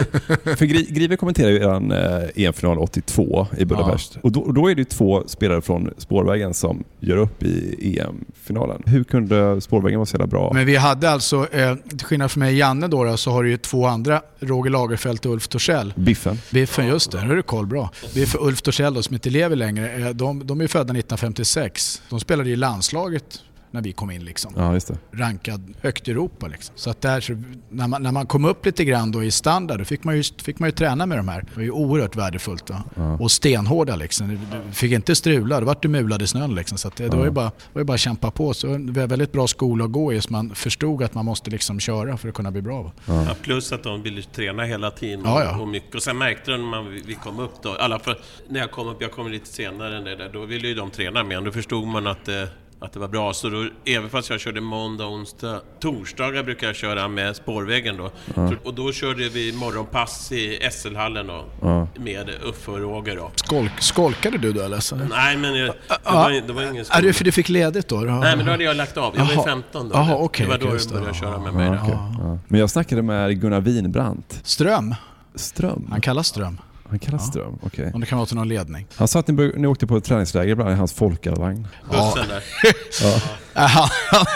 För Grive kommenterade ju en E M-final åttiotvå i Budapest. Ja. Och, då, och då är det ju två spelare från Spårvägen som gör upp i E M-finalen. Hur kunde Spårvägen vara så jävla bra? Men vi hade alltså, eh, till skillnad från mig och Janne då, då, så har du ju två andra, Roger Lagerfeld och Ulf Torssell. Biffen. Biffen, just det. Nu är det koll bra. Biffen och Ulf Torssell då, som inte lever längre, de, de är födda nittonhundrafemtiosex. De spelade i landslaget när vi kom in liksom. Ja, just det. Rankad högt i Europa liksom. Så att där, så, när, man, när man kom upp lite grann då i standard, då fick man ju, fick man ju träna med de här. Det var ju oerhört värdefullt va? Ja. Och stenhårda liksom. Du fick inte strula, det var du mulad i snön liksom. Så att det, ja. det var ju bara, var ju bara att kämpa på. Så det var en väldigt bra skola att gå i, så man förstod att man måste liksom köra för att kunna bli bra. Va? Ja. Ja, plus att de ville träna hela tiden och, ja, ja. och mycket. Och sen märkte de när vi kom upp då, alla för, när jag kom upp, jag kom lite senare än det där, då ville ju de träna med. Då förstod man att eh, att det var bra, så då, även fast jag körde måndag, onsdag, torsdagar brukar jag köra med Spårvägen då. Ja. Och då körde vi morgonpass i S L-hallen då, ja. med Uffe och Roger då. Skolk, skolkade du då eller? Så? Nej, men jag, det, var, det var ingen skol. Är det för du fick ledigt då? Nej, men då hade jag lagt av. Jag var femton då. Aha, okay, det var då okay, jag började köra med mig. Okay. Ja. Men jag snackade med Gunnar Winbrandt. Ström. Ström? Han kallas Ström. Han kallas ja. Ström, okej. Okay. Om det kan vara till någon ledning. Han sa att ni, ni åkte på ett träningsläger bland i hans folkavagn. Bussen där. ja. Han,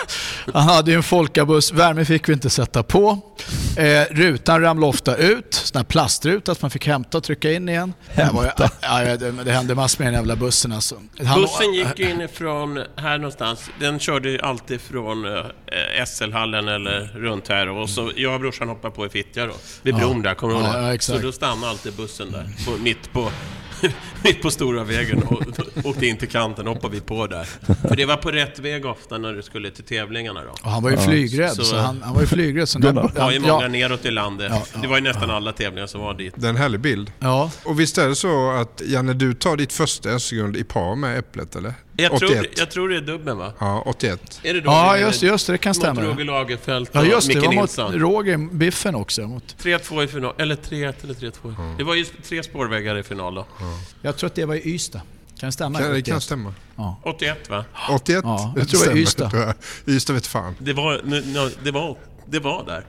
han hade ju en folkabuss, värme fick vi inte sätta på. Eh, rutan ramlade ofta ut, sån här plastruta att man fick hämta och trycka in igen. Det, var ju, ja, det, det hände massor med den jävla bussen alltså. Han, bussen gick ju inifrån här någonstans. Den körde ju alltid från eh, S L-hallen eller runt här. Och så jag och brorsan hoppade på i Fittja då. Vid bron ja. där, kommer du ja, ja, Så då stannade alltid bussen där, på, mitt på... mitt på stora vägen och åkte in till kanten och hoppade vi på där. För det var på rätt väg ofta när du skulle till tävlingarna då. Och han var ju ja. flygrädd så, så han, han var ju flygrädd så där, det var ju många ja. neråt i landet. Ja, ja, det var ju nästan ja. alla tävlingar som var dit. Det är en härlig bild. Ja. Och visst är det så att Janne, du tar ditt första S M-guld i par med Äpplet eller? Jag tror, jag tror det är dubbeln va? Ja, åttioett. Är det då ja, det just, just det, det kan stämma. Mot Roger Lagerfeldt och ja, just Micke det, var Nilsson. Mot Roger Biffen också. Mot... tre två i final, eller tre ett eller tre två. Mm. Det var ju tre spårvägar i final då. Mm. Jag tror att det var i Ystad. Kan det stämma? Kan, det kan stämma. Ja. åttioett va? åttioett? Ja, jag tror det var Ystad. Ystad vet fan. Det var, det var, det var där.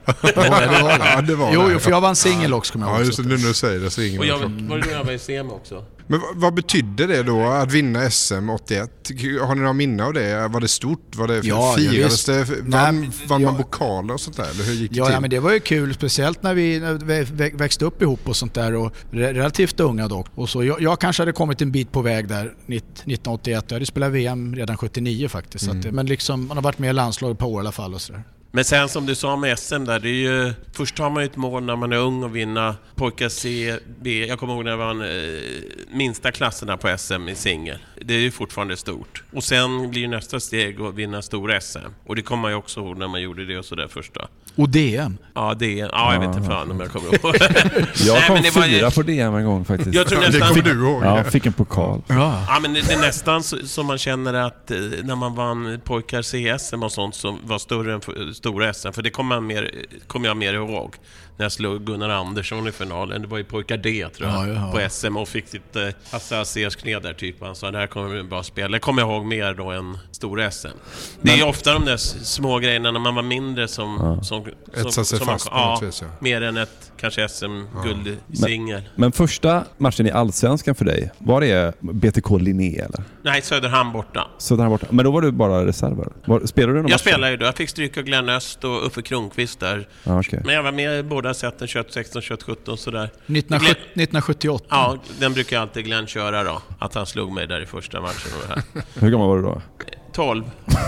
ja, det var jo, där. Jo, för jag var en singel också. Ja, just det, nu när du säger det så ingen. Och jag var det då jag var i C M också. Men vad, vad betydde det då att vinna S M åttioett? Har ni några minne av det? Var det stort? Var det ja, firades det? Vann, Nej, vann ja. man pokaler och sånt där? Eller hur gick det ja, till? Ja, men det var ju kul. Speciellt när vi, när vi växte upp ihop och sånt där. Och relativt unga dock. Och så, jag, jag kanske hade kommit en bit på väg där nittonhundraåttioett. Jag hade spelat V M redan sjuttionio faktiskt. Mm. Så att, men liksom, man har varit med i landslaget på år i alla fall och sådär. Men sen som du sa med S M där, det är ju, först har man ju ett mål när man är ung och vinna pojkar C, B. Jag kommer ihåg när jag vann eh, minsta klasserna på S M i singel. Det är ju fortfarande stort. Och sen blir nästa steg att vinna stora S M. Och det kommer man ju också ihåg när man gjorde det och sådär första. Och D M? Ja, D M. Ja, jag vet inte fan om jag kommer ihåg. Jag kom Nej, fyra var... på D M en gång faktiskt. Jag tror nästan... Det kommer du ihåg. Ja, fick en pokal. Ja, ja men det, det är nästan så, så man känner att eh, när man vann pojkar C S M och sånt som var större än för, stora S M. För det kommer jag mer, kommer jag mer ihåg när jag slog Gunnar Andersson i finalen. Det var ju pojkar D tror jag, ja, på S M och fick sitt eh, Hasse Aziers knä där typ. Han sa, det här kommer vi bara spela. Det kommer jag ihåg mer då än stora S M. Det är ju ofta de där små grejerna när man var mindre som... Ja. som, som, som, som fast man, ja, vis, ja. Mer än ett kanske S M-guld ja. i singel. Men, men första matchen i Allsvenskan för dig, var det B T K Linné eller? Nej, Söderhamn borta. Söderhamn borta. Men då var du bara reserver. Var, spelade du någon Jag match? spelade ju då. Jag fick stryka Glenn Öst och Uffe Kronqvist där. Ah, okay. Men jag var med i båda sätten, tjugoett sexton, tjugoett sjutton sådär. nittonhundrasjuttioåtta. Ja, den brukar alltid Glenn köra då. Att han slog mig där i första matchen. Och det här. Hur gammal var du då? tolv.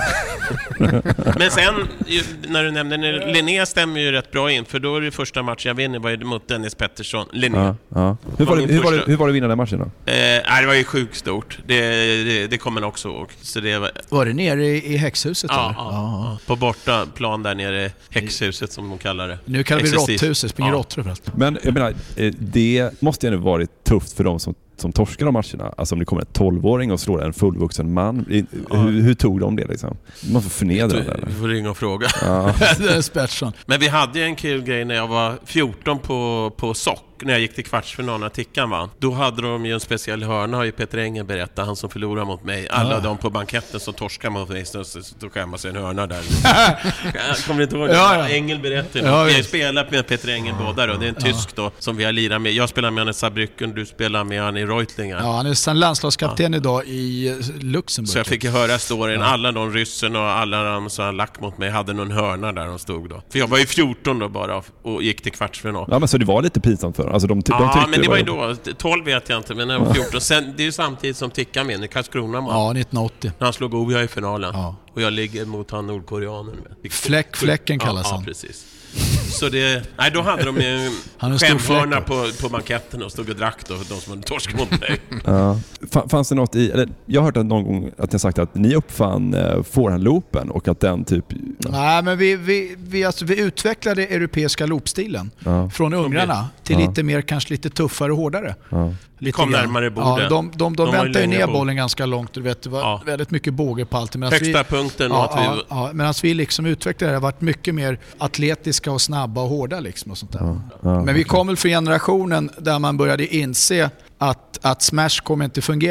Men sen, när du nämnde Linné stämmer ju rätt bra in. För då är det första matchen jag vinner var ju mot Dennis Pettersson. Linné. Ja, ja. Hur, var det, hur, var det, hur var det att vinna den matchen då? Eh, nej, det var ju sjukt stort. Det, det, det kommer man också ihåg. Så det var... var det nere i, i häxhuset? Ja, eller? Ja, ja. På borta plan där nere i häxhuset som de kallar det. Nu kallar vi råtthuset, springer ja. råttor överallt. Men jag menar, det måste ju ändå varit tufft för dem som som torskar de matcherna. Alltså om det kommer en tolvåring och slår en fullvuxen man. Ja. Hur, hur tog de det liksom? Man får förnedra det. Du får ringa och fråga. Ja. Det är Spetsson. Men vi hade ju en kul grej när jag var fjorton på, på sock. När jag gick till kvartsfinalen när Tickan vann. Då hade de ju en speciell hörna, har ju Peter Engel berättat, han som förlorade mot mig. Alla ja. de på banketten som torskar mot mig, så då skämmer sig en hörna där. Jag kommer inte ihåg det. Ja, ja. Engel berättade. Ja, vi har ju spelat med Peter Engel båda då. Det är en tysk ja. då som vi har lirat med. Jag spelar med han i Saarbrücken, du spelar med han i Reutlinger. Ja, han är sen landslagskapten ja. idag i Luxemburg. Så jag fick ju höra storyn. Ja. Alla de ryssen och alla de som han lack mot mig hade någon hörna där de stod då. För jag var ju fjorton då bara och gick till kvartsfinal. Ja, men så det var lite pinsamt för. Alltså de, de ja, men det var ju då. tolv vet jag inte, men när jag var fjorton. Sen, det är ju samtidigt som Tickan med i Karlskrona. Man. Ja, nittonhundraåttio. När han slog Oja i finalen. Ja. Och jag ligger mot han nordkoreanen. Fläck, fläcken kallas ja, han. Ja, precis. Så det, nej, då hade de ju skämhörna på, på banketten och stod och drack då, de som hade torskat mot mig. Ja. Fanns det något i, eller jag har hört att någon gång att ni sagt att ni uppfann uh, forehand-loopen och att den typ... Nej, men vi, vi, vi, alltså, vi utvecklade europeiska loopstilen ja. från ungrarna till ja. lite mer, kanske lite tuffare och hårdare. Ja. Lite kom grann. Närmare bordet. Ja, de de, de, de väntar ju ner bollen ganska långt. Du vet, det var ja. väldigt mycket båge på allt. Högsta vi, punkten. Ja, ja, vi, ja, medan vi liksom utvecklade det har varit mycket mer atletiska och snabba och hårda. Liksom och sånt där. Ja, ja, Men vi kom väl från generationen där man började inse att, att smash kommer inte fungera.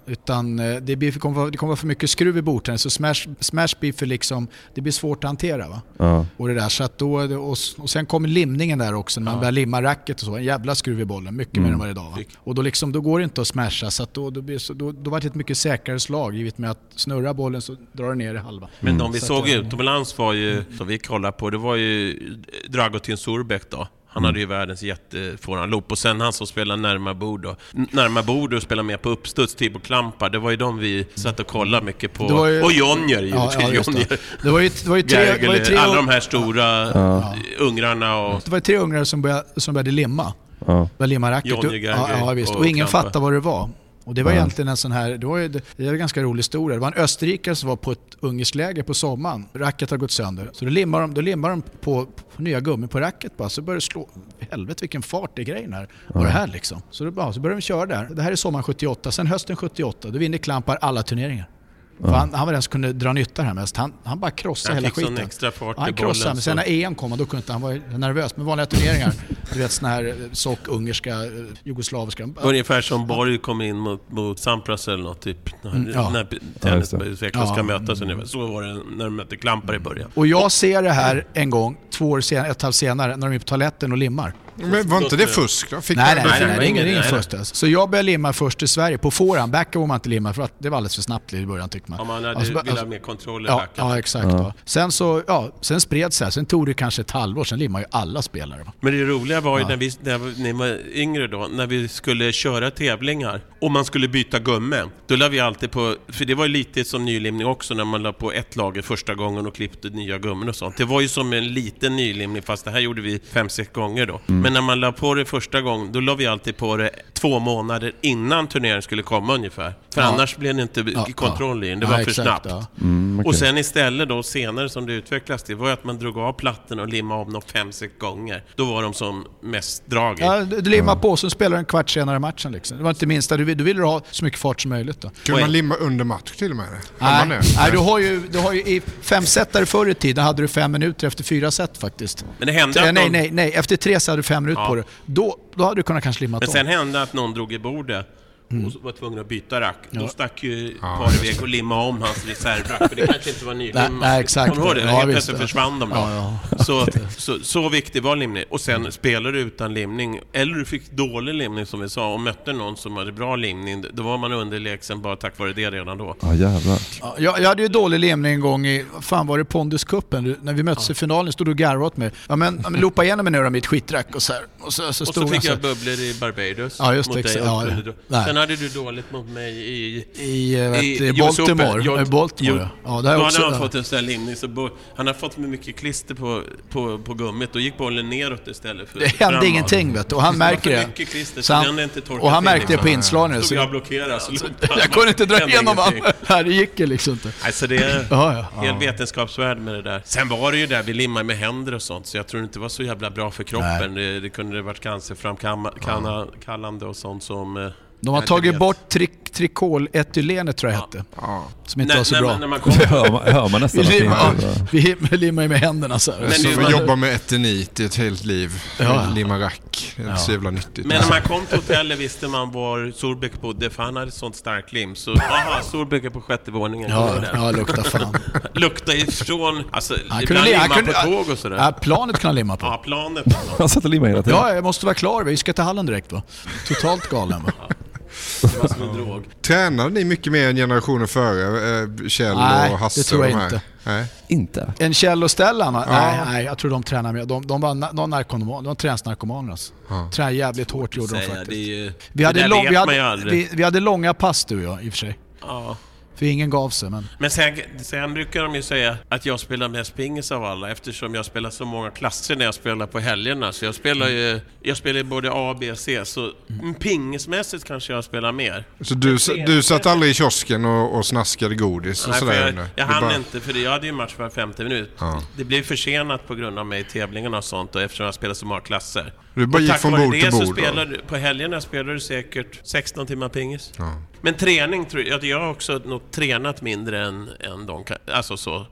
Utan det, blir, det, kommer, det kommer vara för mycket skruv i bordtennis. Så smash, smash blir för liksom, det blir svårt att hantera. Va? Ja. Och, det där, så att då, och, och sen kommer limningen där också. När man ja. börjar limma racket och så. En jävla skruv i bollen. Mycket mm. mer än varje dag. Va? Och då, liksom, då går det inte att smasha. Så att då, då, blir, så, då, då var det ett mycket säkrare slag. Givet med att snurra bollen så drar det ner i halva. Men de vi så såg utomlands var ju, som vi kollade på, det var ju Dragutin Surbek då. Han hade ju världens jättefåranlopp. Och sen han som spelade närmare bord då. Närmare bord och spelade med på uppstuds, Tibor Klampar. Det var ju de vi satt och kollade mycket på. Ju, och Jonjer, ja, ja, Jonjer. Det. det var ju, det var ju tre, Gergel, det var ju tre alla de här stora ja. ungrarna. Och... Det var ju tre ungrar som började, som började limma. Ja. Började limma racket. Jonjer, Gergel, ja, ja, visst. Och, och ingen fattade vad det var. Och det var ja. egentligen en sån här, det var ju det var en ganska rolig historia. Det var en österrikare som var på ett ungerskt läger på sommaren. Racket har gått sönder. Så då limmar de, då limmar de på, på nya gummi på racket bara. Så börjar det slå, helvete vilken fart det är grejen här. Ja. Var det här liksom. Så, då, ja, så börjar de köra där. Det här är sommaren sjuttioåtta. Sen hösten sjuttioåtta, då vinner Klampar alla turneringar. Ja. Han, han var den som kunde dra nytta här mest. Han, han bara krossade hela skiten. Extra fart han krossade, men sen när E M kom då kunde inte, han var nervös med vanliga turneringar. Du vet såna här sock, ungerska, jugoslaviska. Ungefär som Borg kom in mot, mot Sampras eller något typ. När, mm, ja. när tennisutvecklarna ja. ska mötas. Ja. Så var det när de mötte Klampar i början. Och jag ser det här en gång, två år senare, ett halv senare, när de är på toaletten och limmar. Men var inte det fusk då? Fick nej, nej, nej, nej, nej, det är ingen, ingen fusk. Alltså. Så jag började limma först i Sverige. På forehand, backhand var man inte limma för att det var alldeles för snabbt i början tyckte man. Ja, man hade alltså, ville alltså, ha mer kontroll i ja, backhand. Ja, exakt. Ja. Sen så, ja, sen spreds det här. Sen tog det kanske ett halvår, sen limmade ju alla spelare. Va? Men det roliga var ju ja. när vi när ni var yngre då, när vi skulle köra tävlingar och man skulle byta gumme. Då la vi alltid på, för det var ju lite som nylimning också när man la på ett lager första gången och klippte nya gummen och sånt. Det var ju som en liten nylimning, fast det här gjorde vi fem, sex gånger då. Mm. Men när man la på det första gången, då la vi alltid på det två månader innan turneringen skulle komma ungefär. För ja. annars blev det inte ja, kontroll i den. Det var ja, för exakt, snabbt. Ja. Mm, okay. Och sen istället då, senare som det utvecklas, det var att man drog av platten och limmade om dem fem, sex gånger. Då var de som mest drag i. Ja, du limmar på så spelar en kvart senare matchen liksom. Det var inte minst, du, du ville ha så mycket fart som möjligt då. Kan man limma under match till och med? Nej, nej, nej, du har ju, du har ju i fem setare förr i tiden hade du fem minuter efter fyra set faktiskt. Men det hände att nej, någon... nej, nej, efter tre så hade du fem minuter ja. på det. Då, då hade du kunnat kanske limma. Men sen om. hände att någon drog i bordet mm. och var tvungen att byta rack. Ja. Då stack ju ja. Parvek och limma om hans reservrack. För det kanske inte var nylimmat. Nej, exakt. Hon hörde, ja, helt plötsligt försvann de då. Ja, ja. Så, så, så viktig var limning. Och sen mm. spelar du utan limning, eller du fick dålig limning som vi sa, och mötte någon som hade bra limning, då var man underlägsen bara tack vare det redan då. Ja, jävlar. Ja, jag, jag hade ju dålig limning en gång i, fan var det Ponduscupen, när vi möttes ja. i finalen stod du garva åt mig. Ja men, men loopa igenom mig nu mitt skitrack och så här. Och så, så, och så fick jag så... bubblor i Barbados ja, just mot det, dig. Ja, ja. Sen hade du dåligt mot mig i, i, i, i Baltimore. Jag, Baltimore. Ja, det då också, hade han fått en sån här limning så bo, han har fått mycket klister på, på, på gummit och gick bollen neråt istället för det hände framåt. Ingenting vet du. Och han märker det. Mycket klister, så han, inte och han märkte det på inslagen. Så jag blockerade så jag kunde inte dra igenom han. Här det gick det liksom inte. Alltså det är ja, ja. helt vetenskapsvärld med det där. Sen var det ju där vi limmar med händer och sånt, så jag tror inte det var så jävla bra för kroppen. Det, det kunde det varit cancerframkallande och sånt som de har tagit bort trik, trikoletylenet tror jag ja. hette. Ja. Som inte när, var så när bra. Man, när man kom... hör, man, hör man nästan vi limmar, vi limmar med händerna så här. Men så vi jobbar med etenit i ett helt liv. Ja. Limma rack. Det är ja. så jävla nyttigt. Men när man kom till hotellet visste man var Surbek bodde, för han hade ett sånt starkt lim. Så aha, Surbek är på sjätte våningen. Ja, ja lukta fan. Lukta ifrån, alltså han kunde limma kunde, på tåg och sådär. Ja, planet kan han limma på. Ja, planet. Han satt och limma hela tiden. Ja, jag måste vara klar. Vi ska till hallen direkt va. Totalt galen va. Det var som en drog. Tränade ni mycket mer än generationen före? Eh, Kjell nej, och Hasse? Det tror jag och de här? inte. Nej, inte. En Kjell och Stellan? Ja. Nej, nej, jag tror de tränar mer. De, de var de narkomaner, de tränsnarkomaner. Alltså. Ja. Tränar jävligt hårt gjorde de faktiskt. Ju, vi, hade lång, vi, hade, vi, vi hade långa pass du och jag i och för sig. Ja. För ingen gav sig. Men, men sen, sen brukar de ju säga att jag spelar mest pingis av alla, eftersom jag spelar så många klasser när jag spelar på helgerna. Så jag spelar ju jag spelar både A, B, C. Så mm. pingismässigt kanske jag spelar mer. Så du, du satt aldrig i kiosken och, och snaskade godis? Och nej, sådär jag, jag hann bara... inte, för jag hade ju match var femtio minut. Ja. Det blev försenat på grund av mig i tävlingarna och sånt, och eftersom jag spelar så många klasser. Du bara gick från bord till bord? Så spelar, på helgerna spelar du säkert sexton timmar pingis. Ja. Men träning tror jag, jag har också något tränat mindre än, än de, alltså så.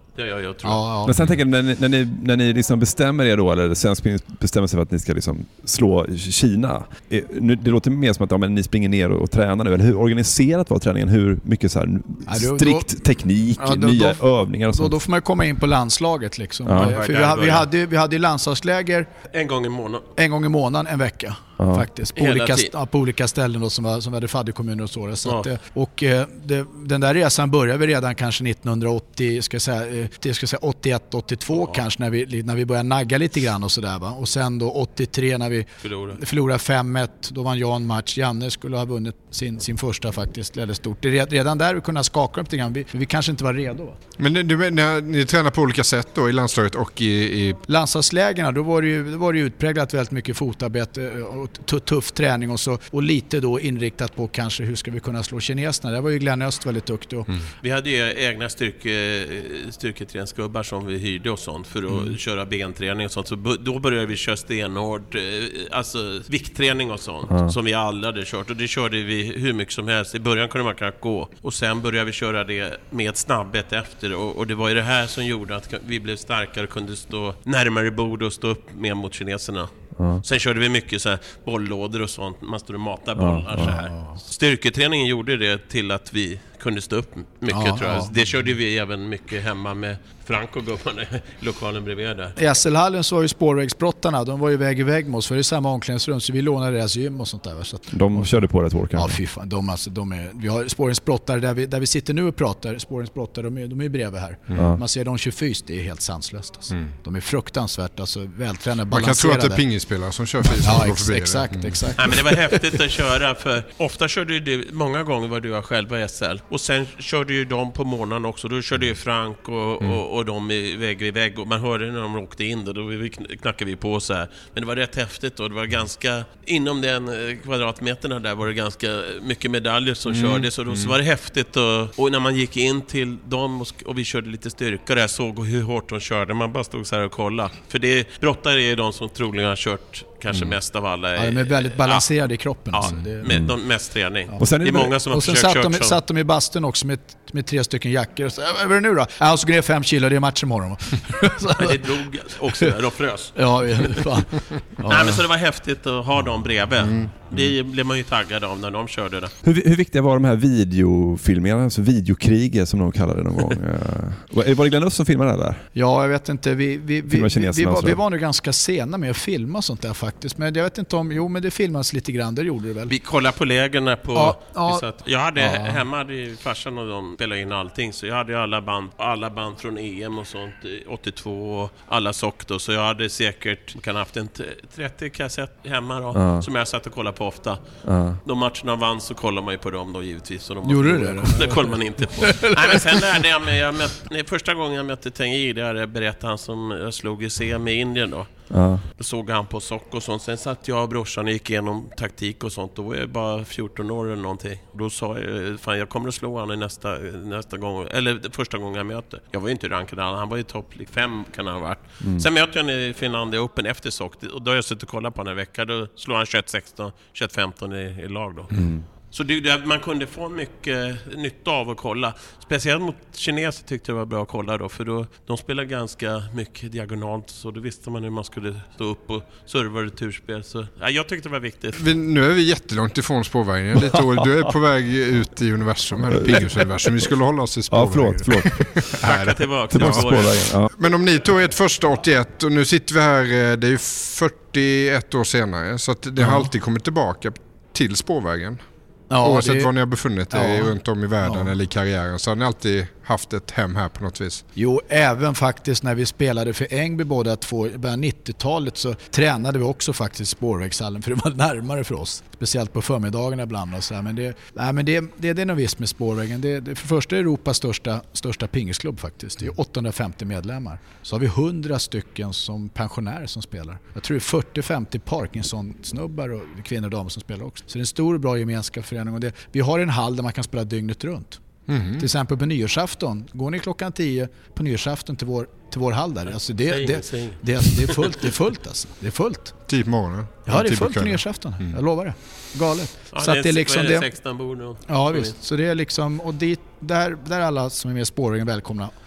Det jag, jag tror. Ja, ja. Men sen tänker jag, när ni, när ni, när ni liksom bestämmer er då, eller Svensk Film bestämmer sig för att ni ska liksom slå Kina. Det låter mer som att ja, men ni springer ner och, och tränar nu. Eller hur organiserat var träningen? Hur mycket så här ja, då, strikt då, teknik, ja, då, nya då, övningar och sånt? Då, då får man komma in på landslaget liksom. Ja. För vi, vi, hade, vi hade landslagsläger en gång i månaden. En gång i månaden, en vecka. Ja. Faktiskt, på olika, ja, på olika ställen då, som, var, som hade fadderkommuner och så. så ja. att, och det, den där resan började vi redan kanske nittonhundraåttio, ska jag säga, det ska jag säga åttioett åttiotvå ja. kanske, när vi, när vi började nagga lite grann och sådär, va. Och sen då åttiotre när vi förlorade, förlorade fem ett, då vann jag en match. Janne skulle ha vunnit sin, sin första faktiskt, eller stort. Det är redan där vi kunde skaka upp lite grann, vi, vi kanske inte var redo. Va? Men du, när ni tränar på olika sätt då i landslaget och i... i... landslagslägerna, då var det ju, då var det ju utpräglat väldigt mycket fotarbete och tuff träning och så, och lite då inriktat på kanske hur ska vi kunna slå kineserna. Där var ju Glenn Öst väldigt duktig. Mm. Vi hade ju egna styrke, styrketräningsgubbar som vi hyrde och sånt för att mm. köra benträning och sånt. Så då började vi köra stenhård, alltså viktträning och sånt mm. som vi alla hade kört, och det körde vi hur mycket som helst. I början kunde man knappt gå, och sen började vi köra det med snabbhet efter, och, och det var ju det här som gjorde att vi blev starkare och kunde stå närmare bord och stå upp mer mot kineserna. Ja. Sen körde vi mycket så här bolllådor och sånt. Man stod och matade bollar ja, så här. Ja, ja. Styrketräningen gjorde det till att vi kunde stå upp mycket, ja, tror jag. Ja. Det körde vi även mycket hemma med Frank och gubbarna i lokalen bredvid där. I S L-hallen så var ju spårvägsbrottarna, de var ju väg i väg med oss, för det är samma omklädningsrum, så vi lånade deras gym och sånt där. Så att, de och, körde på rätt hårt kanske? Ja, fy fan. De, alltså, de är, vi har spårvägsbrottare där vi, där vi sitter nu och pratar. Spårvägsbrottare, de är, de är ju bredvid här. Mm. Man ser de kör fys, det är helt sanslöst. Alltså. Mm. De är fruktansvärt, alltså, vältränade, balanserade. Man kan tro att det är pingisspelare som kör fys. Ja, ex- exakt, mm. exakt. Nej, men det var häftigt att köra, för ofta körde du, många gånger var du själva i S L, och sen körde ju de på morgonen också. Då körde ju Frank och, mm. och, och de i väg i väg, och man hörde när de åkte in då, då knackade vi på så här. Men det var rätt häftigt, och det var ganska, inom den kvadratmeterna där var det ganska mycket medaljer som mm. kördes, och då mm. så var det häftigt, och, och när man gick in till dem och, och vi körde lite styrka där, såg hur hårt de körde, man bara stod så här och kollade. För det, brottare är de som troligen har kört kanske mm. mest av alla. Ja, de är väldigt balanserade ja. i kroppen. Ja, alltså. Det är, med de mest träning. Ja. Och sen är det, det är många som har och sen försökt satt de, som... satt de i bastun också med, med tre stycken jackor. Och så, vad är det nu då? Ja, och så går ner fem kilo, det är match imorgon. Men det drog också där, de frös. Ja, fan. Ja, nej, men så det var häftigt att ha dem bredvid. Mm. Det blev man ju taggad av när de körde det. Hur, hur viktiga var de här videofilmerna, alltså videokriget som de kallade det någon gång? Var, var det Glenn Öst som filmade det där? Ja, jag vet inte. Vi, vi, vi, vi, vi, var, vi var nog ganska sena med att filma sånt där faktiskt. Men jag vet inte om, jo men det filmas lite grann, det gjorde det väl. Vi kollade på lägena på... Ja, ja, satt, jag hade ja. hemma, hade farsan och de spelade in allting, så jag hade alla band, alla band från E M och sånt, åttiotvå och alla sock då, så jag hade säkert kan haft en trettio kassett hemma då, ja. som jag satt och kollade på ofta. Ja. De matcherna vann så kollar man ju på dem då givetvis. Så de gjorde du det? Det kollar man inte på. Nej, men sen lärde jag mig, jag mötte, första gången jag mötte Tengi, där berättade han som jag slog i C M i Indien då. Ja. Då såg han på sock och sånt. Sen satt jag och brorsan och gick igenom taktik och sånt. Då var jag bara fjorton år eller någonting. Då sa jag, fan jag kommer att slå han i nästa, nästa gång. Eller första gången jag möter. Jag var ju inte rankad, han var ju topp fem kan han ha varit. Mm. Sen mötte jag honom i Finlandia Open efter sock. Och då har jag suttit och kollat på honom en vecka. Då slår han tjugoett sexton, tjugoett femton i, i lag då. Mm. Så det, man kunde få mycket nytta av att kolla. Speciellt mot kineser tyckte jag var bra att kolla då. För då, de spelar ganska mycket diagonalt. Så då visste man hur man skulle stå upp och serva returspel. Så ja, jag tyckte det var viktigt. Vi, nu är vi jättelångt ifrån spårvägen. Lite år, du är på väg ut i universum. Eller Pingus-universum. Vi skulle hålla oss i spårvägen. Ja, förlåt. förlåt. Tacka tillbaka. tillbaka spårvägen. Ja. Men om ni tog ett första åttioett och nu sitter vi här, det är ju fyrtioett år senare. Så att det har alltid kommit tillbaka till spårvägen. Ja, oavsett det... var ni har befunnit er ja. runt om i världen ja. eller i karriären, så har ni alltid haft ett hem här på något vis. Jo, även faktiskt när vi spelade för Ängby båda två i början nittiotalet så tränade vi också faktiskt spårvägshallen, för det var närmare för oss. Speciellt på förmiddagarna ibland och så här. Men det, nej, men det, det, det är nog visst med spårvägen. Det, det är för första Europas största, största pingisklubb faktiskt. Det är åttahundrafemtio medlemmar. Så har vi hundra stycken som pensionärer som spelar. Jag tror det är fyrtio femtio Parkinson-snubbar och kvinnor och damer som spelar också. Så det är en stor och bra gemenskap förening. Och det, vi har en hall där man kan spela dygnet runt. Mm. Till exempel på nyårsafton. Går ni klockan tio på nyårsafton till vår, till vår hall där? Alltså det, det, det, det, alltså det är fullt, det är fullt alltså. Det är fullt. Typ morgonen. Ja, det är fullt på nyårsafton. Mm. Jag lovar det. Galet. Ja, så det är, att det är liksom det. sexton bord nu. Ja, visst. Så det är liksom, och dit, där, där alla som är med i spårvägen välkomna.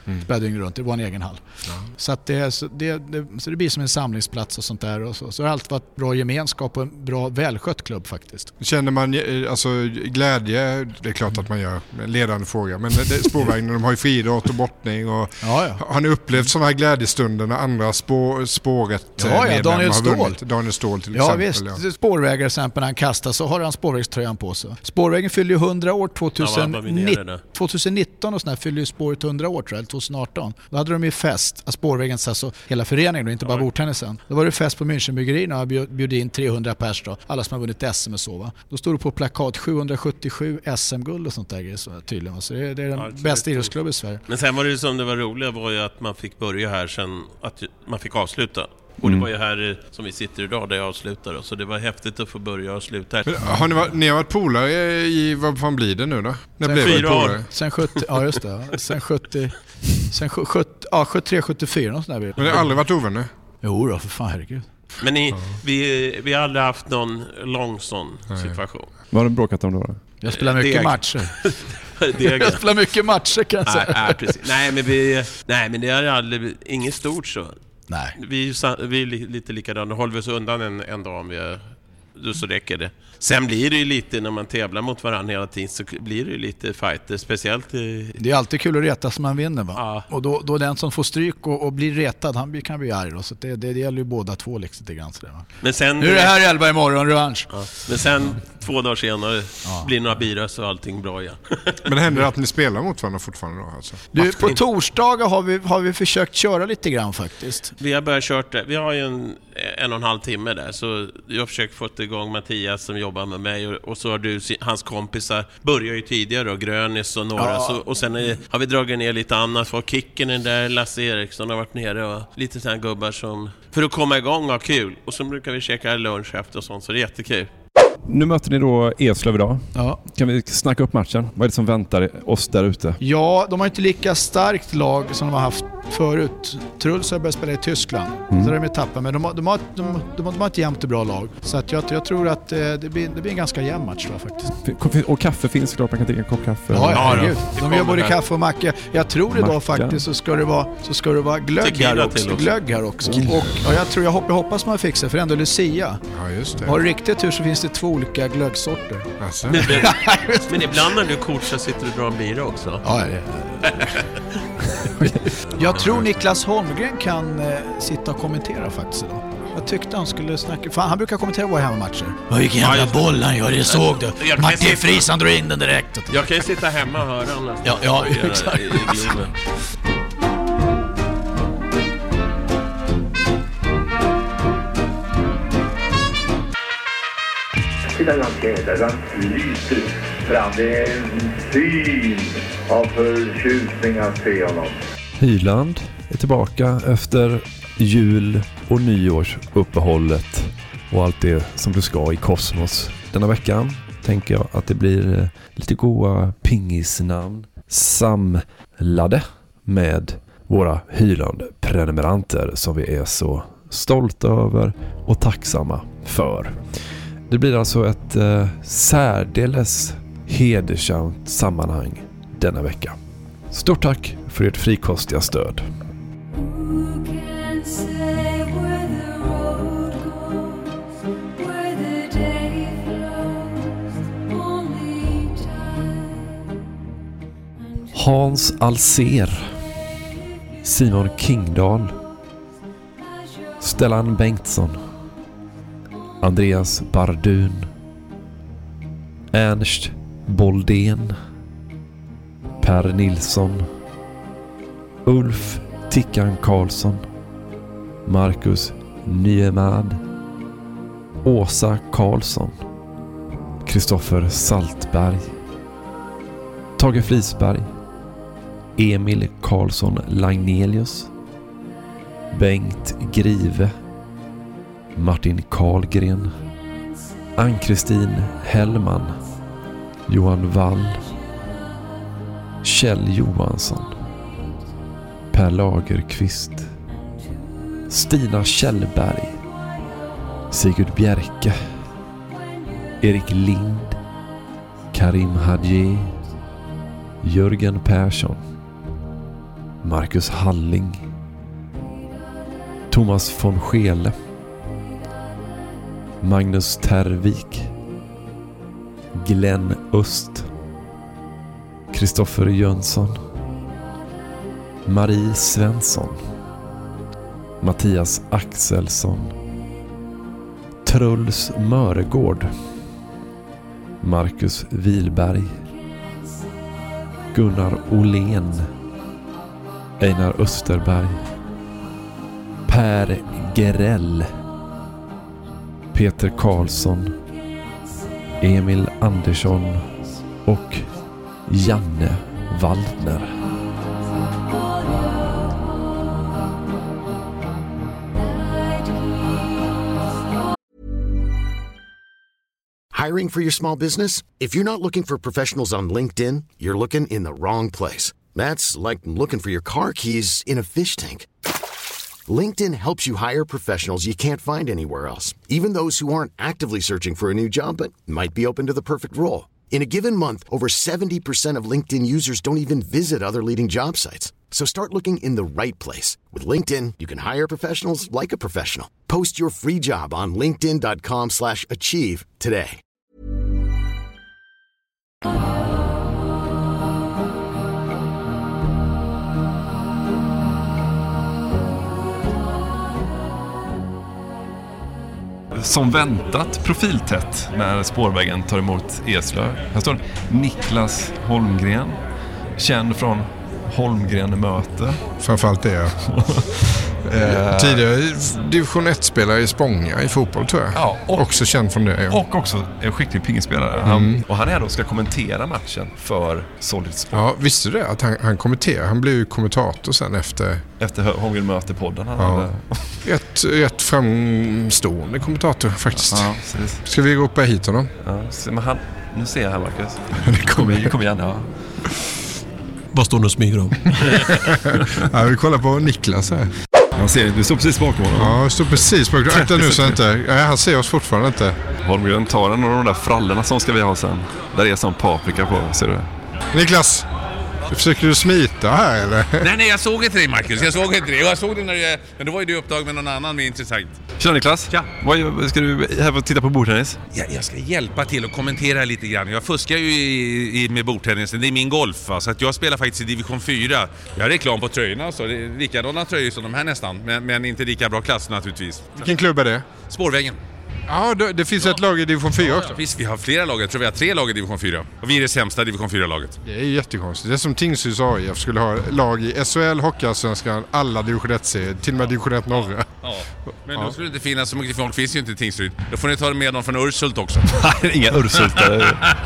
Mm. Spelade dygnet runt, det var en egen hall. Ja. Så, att det, så, det, det, så det blir som en samlingsplats och sånt där. Och så, så det har alltid varit bra gemenskap och en bra välskött klubb faktiskt. Känner man alltså, glädje, det är klart att man gör, ledande fråga, men det, spårvägen, de har ju friidrott och brottning. Och, ja, ja. Har ni upplevt sådana här glädjestunder när andra spår, spåret ja, ja, Daniel Ståhl. Daniel Ståhl till ja, exempel. Visst. Ja, visst. Spårvägar till exempel när han kastar så har han spårvägströjan på sig. Spårvägen fyller ju hundra år tjugonitton och sådär, fyller ju spåret hundra år tror jag, tjugoarton. Då hade de ju fest, alltså spårvägen, alltså hela föreningen och inte bara bordtennisen. Då var det fest på Münchenbyggerierna och bjöd in trehundra pers då, alla som har vunnit S M och så va. Då stod det på plakat sjuhundrasjuttiosju S M-guld och sånt där grejer, så tydligen. Så det är, det är den ja, bästa idrottsklubben i Sverige. Men sen var det ju som det var roliga var ju att man fick börja här sen att man fick avsluta. Och det var ju här som vi sitter idag där jag avslutar. Så det var häftigt att få börja och sluta här. Men har ni varit, ni har varit polare i, vad fan blir det nu då? När sen blev fyra år. Sen sjuttio, ja just det. Sen sjuttio, sen sjuttio, ja sjuttiotre sjuttiofyra något sånt där. Men det har aldrig varit ovänner? Jo då, för fan, herregud. Men ni, ja. vi, vi har aldrig haft någon lång sån situation. Vad har du bråkat om då? då? Jag spelar mycket Deg. matcher. jag spelar mycket matcher kan jag säga. Nej, nej, precis. nej, men vi, nej, men det är aldrig, inget stort så. Nej. Vi, vi är lite likadana. Håller vi oss undan en, en dag om vi är, så räcker det. Sen blir det ju lite, när man tävlar mot varandra hela tiden, så blir det ju lite fighter, speciellt i... Det är alltid kul att reta som man vinner va? Ja. Och då, då den som får stryk och, och blir retad, han kan bli arg då. Så det, det, det gäller ju båda två liksom till grann sådär, va? Men sen... Nu är det här elva imorgon, revansch. Ja. Men sen två dagar senare ja. blir några bira så allting bra igen. Men det händer att ni spelar mot varandra fortfarande då alltså? Du, på torsdagar har vi, har vi försökt köra lite grann faktiskt. Vi har börjat kört det. Vi har ju en, en och en halv timme där, så jag har försökt få igång Mattias som jobbar med mig, och, och så har du, hans kompisar börjar ju tidigare då, Grönis och några, ja. så, och sen är, har vi dragit ner lite annat, för Kicken är där, Lasse Eriksson har varit nere och lite sådana gubbar som, för att komma igång och ha kul, och så brukar vi käka lunch efter och sånt, så det är jättekul. Nu möter ni då Eslöv idag. Ja. Kan vi snacka upp matchen? Vad är det som väntar oss där ute? Ja, de har inte lika starkt lag som de har haft förut. Truls har börjat spela i Tyskland. Mm. Så där är de tappar. Men de har, de, har, de, de, de, har, de har ett jämnt och bra lag. Så att jag, jag tror att eh, det, blir, det blir en ganska jämn match då, faktiskt. Och kaffe finns klart, man kan dricka en kopp kaffe. Ja, ja, ja, de gör både kaffe och macka. Jag tror idag macka. faktiskt så ska det vara, så ska det vara glögg här också. också. Glögg här också. Mm. Och ja, jag tror jag hoppas, jag hoppas man fixar, för ändå Lucia. Ja, just det. Har du riktigt tur så finns det två olika glöggsorter. Alltså. Men, men ibland när du coachar sitter du och drar en bira också. Ja, ja. Jag tror Niklas Holmgren kan eh, sitta och kommentera faktiskt idag. Jag tyckte han skulle snacka. Fan, han brukar kommentera våra hemmamatcher. Vad vilken jävla boll han gör, det såg du. Martin Fries, han drar in den direkt. Jag kan ju sitta hemma och höra honom. Ja, ja, exakt. Titta hur han tävlar, han lyser fram. Det är en syn av förtjusning att se honom. Hyland är tillbaka efter jul- och nyårsuppehållet och allt det som du ska i kosmos. Denna veckan tänker jag att det blir lite goda pingisnamn samlade med våra Hyland-prenumeranter som vi är så stolta över och tacksamma för. Det blir alltså ett eh, särdeles hedersamt sammanhang denna vecka. Stort tack för ert frikostiga stöd. Hans Alser, Simon Kingdahl, Stellan Bengtsson, Andreas Bardun, Ernst Boldén, Per Nilsson, Ulf Tickan Karlsson, Marcus Nyemad, Åsa Karlsson, Kristoffer Saltberg, Tage Frisberg, Emil Karlsson Lagnelius, Bengt Grive, Martin Karlgren, Ann-Kristin Hellman, Johan Wall, Kjell Johansson, Per Lagerqvist, Stina Kjellberg, Sigurd Bjerke, Erik Lind, Karim Hadje, Jörgen Persson, Marcus Halling, Thomas von Schele, Magnus Tervik, Glenn Öst, Kristoffer Jönsson, Marie Svensson, Mattias Axelsson, Truls Möregård, Marcus Wilberg, Gunnar Olén, Einar Österberg, Per Gerell, Peter Karlsson, Emil Andersson och Janne Waldner. Hiring for your small business? If you're not looking for professionals on LinkedIn, you're looking in the wrong place. That's like looking for your car keys in a fish tank. LinkedIn helps you hire professionals you can't find anywhere else, even those who aren't actively searching for a new job but might be open to the perfect role. In a given month, over seventy percent of LinkedIn users don't even visit other leading job sites. So start looking in the right place. With LinkedIn, you can hire professionals like a professional. Post your free job on linkedin dot com slash achieve today. Som väntat profiltätt när spårvägen tar emot Eslöv. Här står Niklas Holmgren, känd från Holmgren möte. Framförallt det. eh, tidigare division ett-spelare i Spånga i fotboll tror jag. Ja, och, också känd från det. Ja. Och också en skicklig pingspelare. Mm. Han, och han är då ska kommentera matchen för Solid Sport. Ja, visste du det? Att han, han kommenterar. Han blev ju kommentator sen efter... Efter Holmgren möte-podden. Han ja. hade... Rätt, rätt framstående kommentator faktiskt. Ja, ska vi ropa hit honom? Ja, men han, nu ser jag här Marcus. Det kommer kom igen, ja. Vad står det och smyger om? Ja, vi kollar på Niklas här. Han ser, du står precis bakom honom. Ja, jag står precis bakom honom. Akta nu så inte. Ja, han ser oss fortfarande inte. Holmgren tar en av de där frallorna som ska vi ha sen. Där är som paprika på, ser du? Niklas, försöker du smita här eller? Nej, nej, jag såg inte det Marcus. Jag såg inte det. Jag såg det när du, men då var ju du upptag med någon annan med intressant. Tjena Niklas. Ja. Vad ska du här och titta på bordtennis? Ja, jag ska hjälpa till och kommentera lite grann. Jag fuskar ju i, i, med bordtennisen. Det är min golf. Va? Så att jag spelar faktiskt i division fyra. Jag har reklam på tröjorna. Så det är likadana tröjor som de här nästan. Men, men inte lika bra klass naturligtvis. Vilken klubb är det? Spårvägen. Ja, det, det finns ja. ett lag i division fyra också. Ja, visst, vi har flera lag. Jag tror vi har tre lag i division fyra. Och vi är det sämsta division fyra-laget. Det är jättekonstigt. Det är som Tingsryds A I F skulle ha lag i S H L, Hockeyallsvenskan, alla division ett-serier, till och med division ett norra. Ja, men ja. Då skulle det inte finnas så mycket folk. Finns ju inte i Tingsryd. Då får ni ta med någon från Ursult också. Nej, inga Ursultare.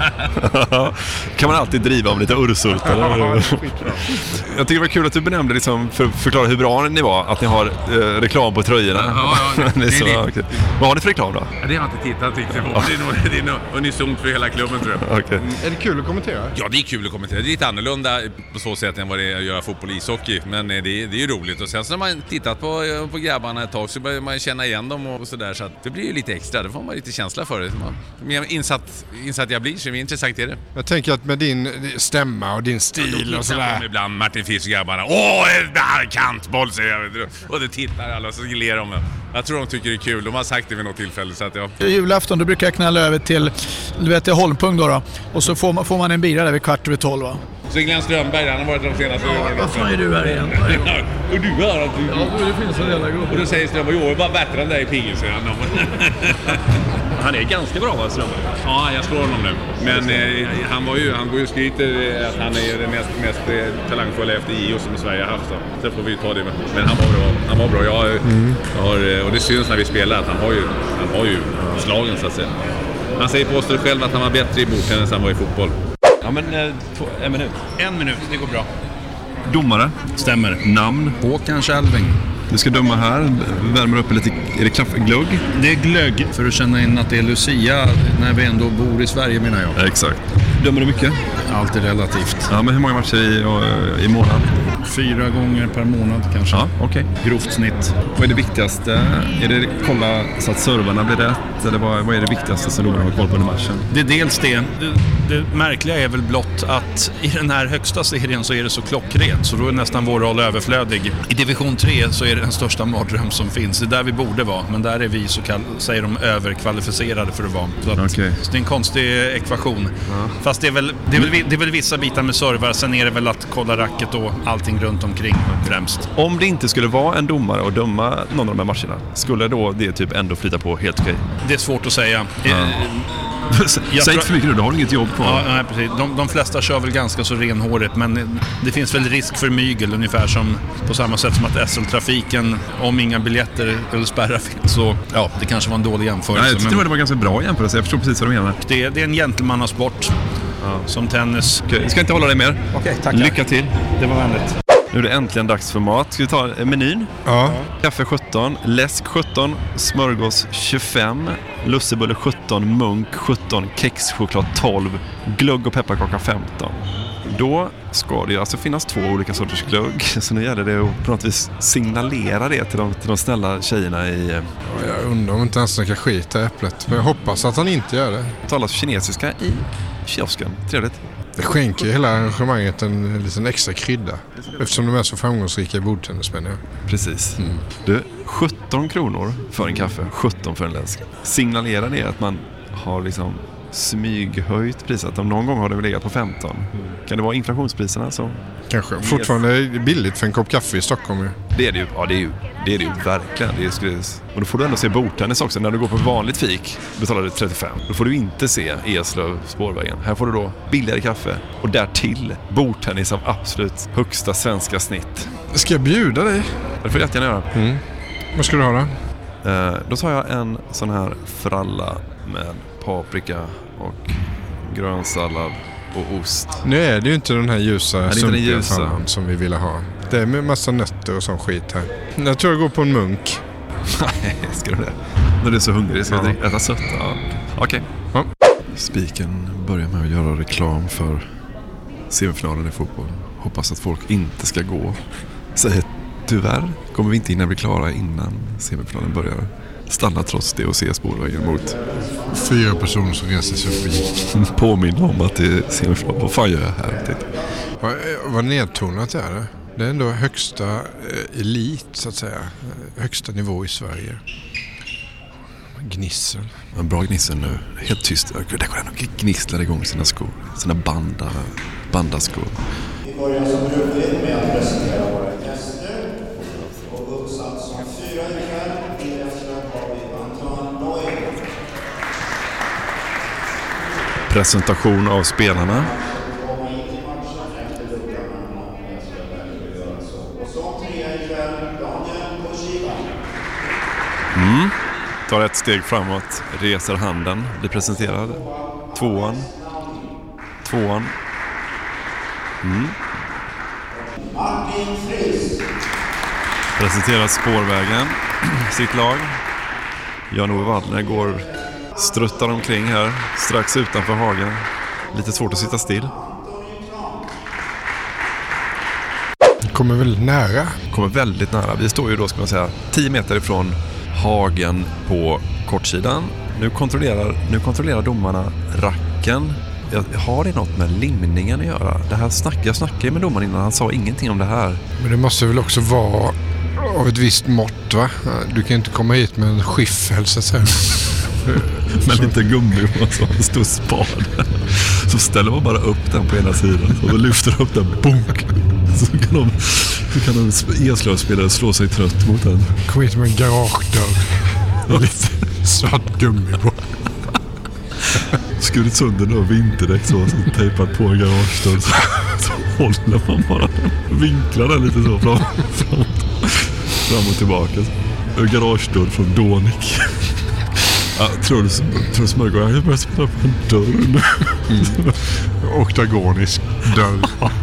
Kan man alltid driva om lite Ursultare. Jag tycker det var kul att du benämnde liksom, för att förklara hur bra ni var, att ni har eh, reklam på tröjorna. Ja, ja, det är så, det. Okay. Vad har ni för reklam då? Ja, det har jag inte tittat riktigt på. Det är nog, det är nog unisont för hela klubben tror jag. Okay. Är det kul att kommentera? Ja, det är kul att kommentera. Det är lite annorlunda på så sätt än vad det är att göra fotboll och ishockey. Men det är, det är ju roligt. Och sen så när man tittat på, på grabbarna ett tag så börjar man känna igen dem och sådär. Så att det blir ju lite extra. Det får man lite känsla för det. Mer insatt, insatt jag blir så mer intressant är det. Jag tänker att med din stämma och din stil ja, och sådär. Ibland Martin Fisk och grabbarna. Åh, det här är kantboll säger jag. Och det tittar alla så ler de. Jag tror de tycker det är kul. De har sagt det vid något tillfälle. Så att jag... Julafton, då brukar jag knalla över till, du vet, till Holmpunkt då, då. Och så får man, får man en bira där vid kvart över tolv va? Så Glenn Strömberg, han har varit de senaste åren. Vad fan är du här igen? Och du hör att du... Ja, det finns en jävla grupp. Och då säger Strömberg, jag är bara bättre än dig i pingis. Han är ganska bra va, Strömberg? Ja, jag slår honom nu. Men eh, han var ju, han går ju och skryter att han är den mest, mest eh, talangfulla efter I O som Sverige har haft. Så. Sen får vi ju ta det med. Men han var bra. Han var bra. Jag, mm. jag har, och det syns när vi spelar att han har ju, han har ju slagen så att säga. Han säger på sig själv att han var bättre i bordtennis än han var i fotboll. Ja men eh, två, en minut. En minut, det går bra. Domare. Stämmer. Namn. Håkan Kjellving. Du ska döma här. Värmer upp lite. Är det klaffglugg? Det är glögg för att känna in att det är Lucia när vi ändå bor i Sverige menar jag. Ja, exakt. Dömer du mycket? Allt är relativt. Ja, men hur många matcher i, i månaden? fyra gånger per månad kanske. Ja, okej. Okay. Grovt snitt. Vad är det viktigaste? Är det kolla så att servarna blir rätt? Eller vad, vad är det viktigaste som domarna har koll på under matchen? Det är dels det. det. Det märkliga är väl blott att i den här högsta serien så är det så klockrent. Så då är nästan vår roll överflödig. I division tre så är det den största mardröm som finns. Det är där vi borde vara. Men där är vi så kall- säger de överkvalificerade för att vara. Så, att, okay. så det är en konstig ekvation. Ja. Fast det är, väl, det, är väl, det är väl vissa bitar med servar. Sen är det väl att kolla racket och allting runt omkring främst. Om det inte skulle vara en domare och döma någon av de här matcherna, skulle då det typ ändå flyta på helt okej? Det är svårt att säga. Ja. Säg inte för mycket nu, du har inget jobb på. Ja, nej, precis. De, de flesta kör väl ganska så renhåret, men det finns väl risk för mygel ungefär som på samma sätt som att S L-trafiken, om inga biljetter eller spärrar finns, så ja, det kanske var en dålig jämförelse. Nej, jag tyckte men det var ganska bra jämförelse, jag förstår precis vad du menar. Det, det är en gentlemannasport, ja. Som tennis. Okej, jag ska inte hålla dig mer. Okej, tackar. Lycka till. Det var vänligt. Nu är det äntligen dags för mat. Ska vi ta menyn? Ja. Kaffe sjutton, läsk sjutton, smörgås tjugofem, lussebulle sjutton, munk sjutton, kexchoklad tolv, glögg och pepparkaka femton. Då ska det alltså finnas två olika sorters glögg. Så nu gäller det att på något vis signalera det till de, till de snälla tjejerna i... Ja, jag undrar om inte ens kan skita i äpplet. Men jag hoppas att han inte gör det. Det talas kinesiska i kiosken. Trevligt. Det skänker hela arrangemanget en liten extra krydda. Eftersom de är så framgångsrika i bordtennis, menar jag. Precis. Mm. Du, sjutton kronor för en kaffe, sjutton för en läsk. Signalerar det att man har liksom smyghöjt priset? Om någon gång har det väl legat på femton. Mm. Kan det vara inflationspriserna så? Kanske. Fortfarande är det billigt för en kopp kaffe i Stockholm ju. Det är det ju. Ja, det är ju, det är det ju verkligen. Det är skulle... Och då får du ändå se bordtennis också. När du går på vanligt fik betalar du trettiofem. Då får du inte se Eslöv spårvägen. Här får du då billigare kaffe. Och därtill bordtennis av absolut högsta svenska snitt. Ska jag bjuda dig? Det får jag jättegärna göra. Mm. Vad ska du ha då? Eh, då tar jag en sån här fralla med paprika och grönsallad och ost. Nu är det ju inte den här ljusa sumpiga frallan som vi ville ha. Det är med massa nötter och sån skit här. Jag tror jag går på en munk. Nej, ska du det? När du är så hungrig ska ja. jag äta sött. Ja. Okej. Okay. Ja. Spiken börjar med att göra reklam för semifinalen i fotboll. Hoppas att folk inte ska gå. Säger tyvärr kommer vi inte hinna bli klara innan semifinalen börjar. Stanna trots det och se spårvägen mot fyra personer som reser sig upp i. Påminna om att det är semifinal. Vad fan gör jag här? Vad, vad nedtonat är det? Det är ändå högsta eh, elit så att säga. Högsta nivå i Sverige. Gnissel. En bra gnissel nu. Helt tyst. Där går han och gnisslar igång sina skor. Sina banda, bandaskor. Vi börjar som brukligt med att presentera våra gäster. Och uppsatt som fyra ikväll. Presentation av spelarna. Mm. Tar ett steg framåt, reser handen, blir presenterad. Tvåan. Tvåan. Mm. Presenterar spårvägen, sitt lag. Jan-Ove Waldner går struttar omkring här, strax utanför hagen. Lite svårt att sitta still. Kommer väldigt nära. Kommer väldigt nära. Vi står ju då, ska man säga, tio meter ifrån hagen på kortsidan. Nu kontrollerar, nu kontrollerar domarna racken. Jag, har det något med limningen att göra? Det här snack, jag snackade med domaren innan, han sa ingenting om det här. Men det måste väl också vara av ett visst mått, va? Du kan inte komma hit med en skiffel så att säga. Men inte gummi och så en stor spad. Så ställer man bara upp den på ena sidan och då lyfter upp den, bonk. Så kan de, så kan de Eslövspelare slå sig trött mot den. Kom hit med en garagedörr. Lite svart gummi på. Skurit sönder då vinterdäck så, så tejpat på en garagedörr. Så, så håller man bara vinklar den lite så fram, fram, fram och tillbaka. Garagedörr från Donik. Ja, tror du, tror du smörgård? Jag börjar spela på en dörr nu. Mm. Oktagonisk dörr.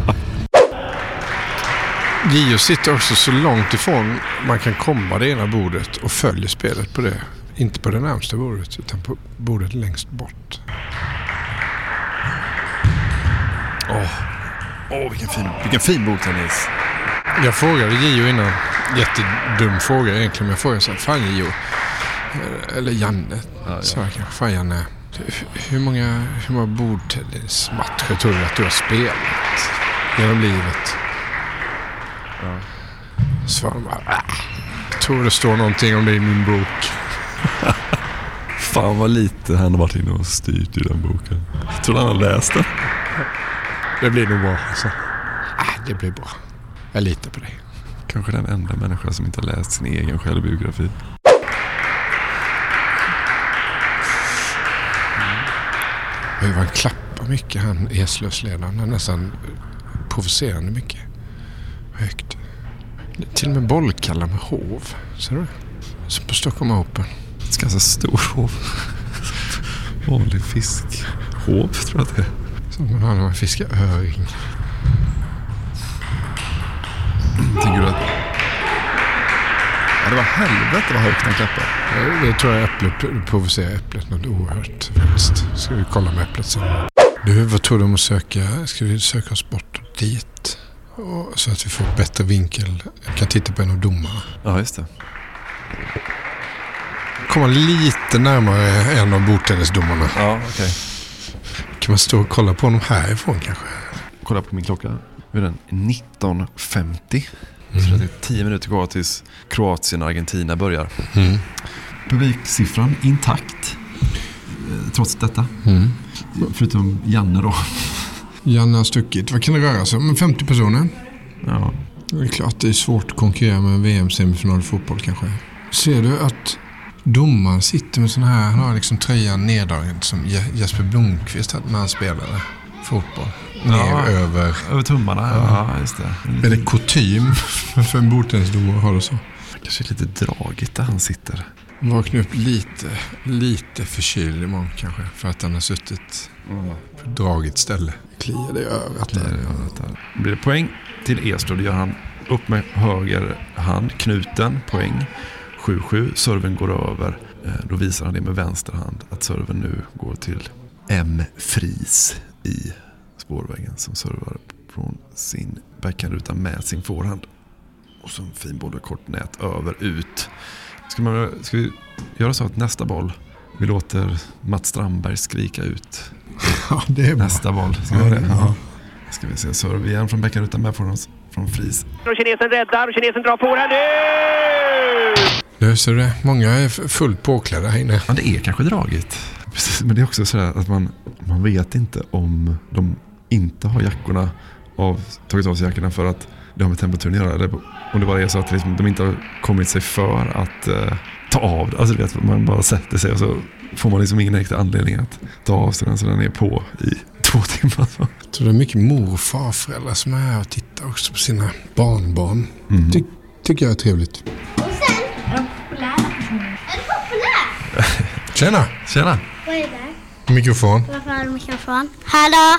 Gio sitter också så långt ifrån man kan komma det ena bordet och följer spelet på det. Inte på det närmsta bordet utan på bordet längst bort. Åh, oh. oh, vilken fin, vilken fin bordtennis. Jag frågade Gio innan. Jättedum fråga egentligen. Men jag frågade så här, fan Gio. Eller Janne. Ja, ja. Så jag kanske, fan Janne. Hur många, hur många bordtennismatcher tror du att du har spelat genom livet? Ja. Så han bara, äh, jag tror det står någonting om det i min bok. Fan vad lite han har varit inne och styrt i den boken. Jag tror han har läst den. Det blir nog bra alltså. Äh, det blir bra. Jag litar på dig. Kanske den enda människa som inte har läst sin egen självbiografi. Han klappar mycket, han Eslövsledaren. Han nästan provocerande mycket. Högt. Till och med bollkallar med hov. Ser du? Som på Stockholm Open. Det är ganska stor hov. Vanlig fisk. Hov tror jag att det är. Som man har när man fiskar öring. Tänker du att... Ja, det var helvete vad högt han klappar. Det tror jag äpplet provocerar äpplet något oerhört. Faktiskt. Ska vi kolla med äpplet sen. Du, vad tror du om att söka? Ska vi söka oss bort dit? Och så att vi får bättre vinkel. Jag kan titta på en av domarna. Ja, just det. Komma lite närmare en av bordtennisdomarna. Ja, okej. Okay. Kan man stå och kolla på honom härifrån kanske? Kolla på min klocka. Nu är den nitton femtio. Mm. Så det är tio minuter kvar tills Kroatien och Argentina börjar. Mm. Publiksiffran intakt. Trots detta. Mm. Förutom Janne då. Janne har stuckit. Vad kan det röra sig om? femtio personer? Ja. Det är klart det är svårt att konkurrera med en V M-semifinal i fotboll kanske. Ser du att domaren sitter med sån här, han har liksom tröjan neddragen som Jesper Blomqvist hade när han spelade fotboll. Ner ja, över... Över tummarna, ja, ja just det. Är det kutym för en bordtennisdomare har det så? Kanske lite dragigt där han sitter. Vaknar upp lite, lite förkyld imorgon kanske. För att han har suttit mm. på ett dragigt ställe. Kliar det i örat där. Blir det poäng till Eslöv, det gör han upp med höger hand, knuten, poäng. sju sju, serven går över. Då visar han det med vänster hand att serven nu går till M. Fries i spårvägen som servar från sin backhandruta med sin forehand. Och så en fin boll och kort nät över ut. Ska, man, ska vi göra så att nästa boll vi låter Mats Strandberg skrika ut? Ja, det är nästa bra. boll. Ska vi göra det? Ja. Ska vi se, serv igen från backhandrutan med från, från Fries. Och kinesen räddar och kinesen drar på den nu! Nu ser det, många är fullt påklädda här inne. Ja, det är kanske dragigt. Precis, men det är också så att man, man vet inte om de inte har jackorna av, tagit av sig jackorna för att det har med temperaturen att göra. Eller om det bara är så att liksom, de inte har kommit sig för att uh, ta av det. Alltså vet, man bara sätter sig och så får man liksom ingen riktig anledning att ta av sig den så den är på i två timmar. Så. Jag tror det är mycket mor- och farföräldrar som är här och tittar också på sina barnbarn. Mm. Ty- tycker jag är trevligt. Och sen är de populära personer. Är du populär? Tjena! Tjena! Vad är det? Mikrofon. Varför har du mikrofon? Hallå?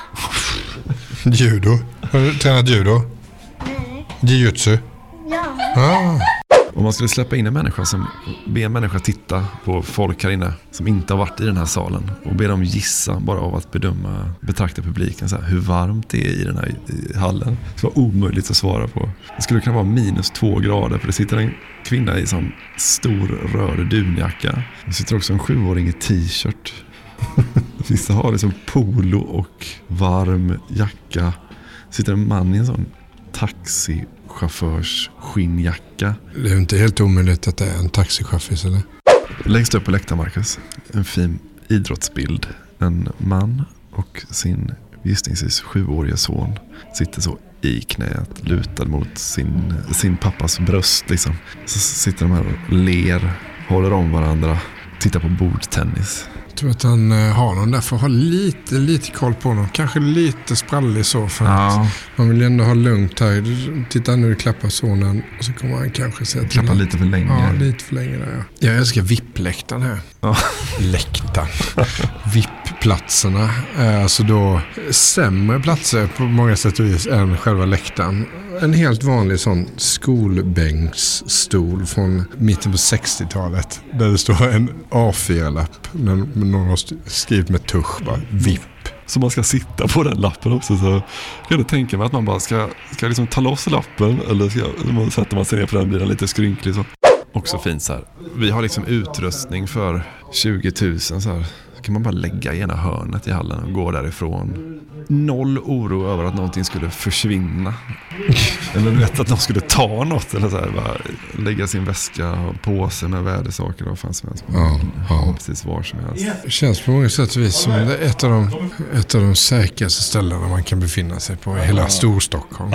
Judo. Har du tränat judo? Nej. Jiu-jitsu? Ja. Ah. Om man skulle släppa in en människa som be en människa titta på folk här inne som inte har varit i den här salen och be dem gissa bara av att bedöma, betrakta publiken så här, hur varmt det är i den här i hallen. Det var omöjligt att svara på. Det skulle kunna vara minus två grader för det sitter en kvinna i sån stor röd dunjacka. Det sitter också en sjuåring i t-shirt. Vissa har liksom polo och varm jacka. Det sitter en man i en sån taxichaufförs skinnjacka. Det är inte helt omöjligt att det är en taxichaufför eller? Längst upp på läktaren, Marcus, en fin idrottsbild. En man och sin gissningsvis sjuåriga son sitter så i knät, lutad mot sin, sin pappas bröst liksom. Så sitter de här och ler, håller om varandra, tittar på bordtennis. Jag tror att han har någon där för att ha lite, lite koll på honom. Kanske lite sprallig så för ja. Att man vill ändå ha lugnt här. Titta nu, klappar sonen och så kommer han kanske säga till. Klappa lite för länge. Ja, lite för länge där, ja. Jag älskar V I P-läktaren här. Ja. Läktaren. V I P-platserna är alltså då sämre platser på många sätt och vis än själva läktaren. En helt vanlig sån skolbänksstol från mitten på sextiotalet där det står en A fyra-lapp när någon har skrivit med tusch bara V I P. Så man ska sitta på den lappen också. Så kan jag tänka mig att man bara ska, ska liksom ta loss lappen eller ska, eller sätter man sig ner på den, blir den lite skrynklig så. Också fint så här. Vi har liksom utrustning för tjugo tusen så här. Så kan man bara lägga i ena hörnet i hallen och gå därifrån. Noll oro över att någonting skulle försvinna. Eller vet att någon skulle ta något. Eller så här, bara lägga sin väska och påse med vädersaker och fanns med. Ja, ja. Precis var som helst. Det känns på många sätt och vis som ett av de, ett av de säkraste ställena man kan befinna sig på i hela Storstockholm.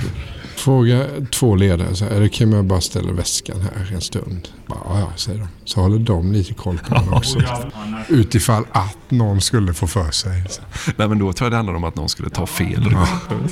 Fråga två ledare, så här, är det kan man bara ställa väskan här en stund? Bara, ja, ja, säger de. Så håller de lite koll på den också. Utifall att någon skulle få för sig. Så. Nej, men då tror jag det handlar om att någon skulle ta fel. Ja.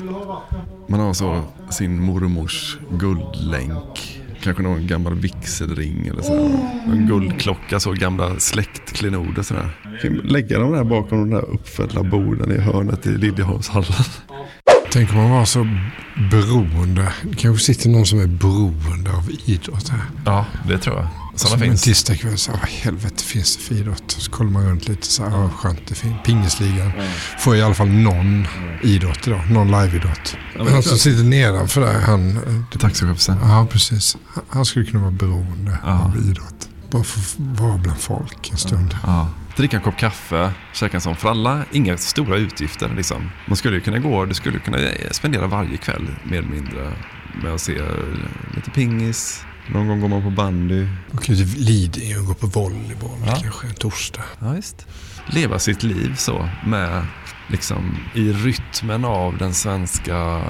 Man har så sin mormors guldlänk. Kanske någon gammal vigselring eller så. En guldklocka, så gamla släktklenoder sådär. Lägga dem där bakom de där uppfällda borden i hörnet i Liljeholmshallen. Tänk om man var så beroende. Det kanske sitter någon som är beroende av idrott här. Ja, det tror jag. Sådana som finns. En tisdag kväll så, vad helvete finns det för idrott? Så kollar man runt lite så här, ja, skönt det finns. Pingisligan mm. får i alla fall någon mm. idrott idag. Någon liveidrott. Ja, men han som sitter nedanför där, han... Taxichauffören. Ja, precis. Han skulle kunna vara beroende ja. av idrott. Bara för att vara bland folk en stund. Ja. Dricka en kopp kaffe, käka en sån för alla, inga stora utgifter liksom. Man skulle ju kunna gå, du skulle kunna spendera varje kväll mer eller mindre med att se lite pingis. Någon gång går man på bandy. Och lite Lidingö och gå på volleyboll ja. kanske en torsdag. Ja, just. Leva sitt liv så med liksom i rytmen av den svenska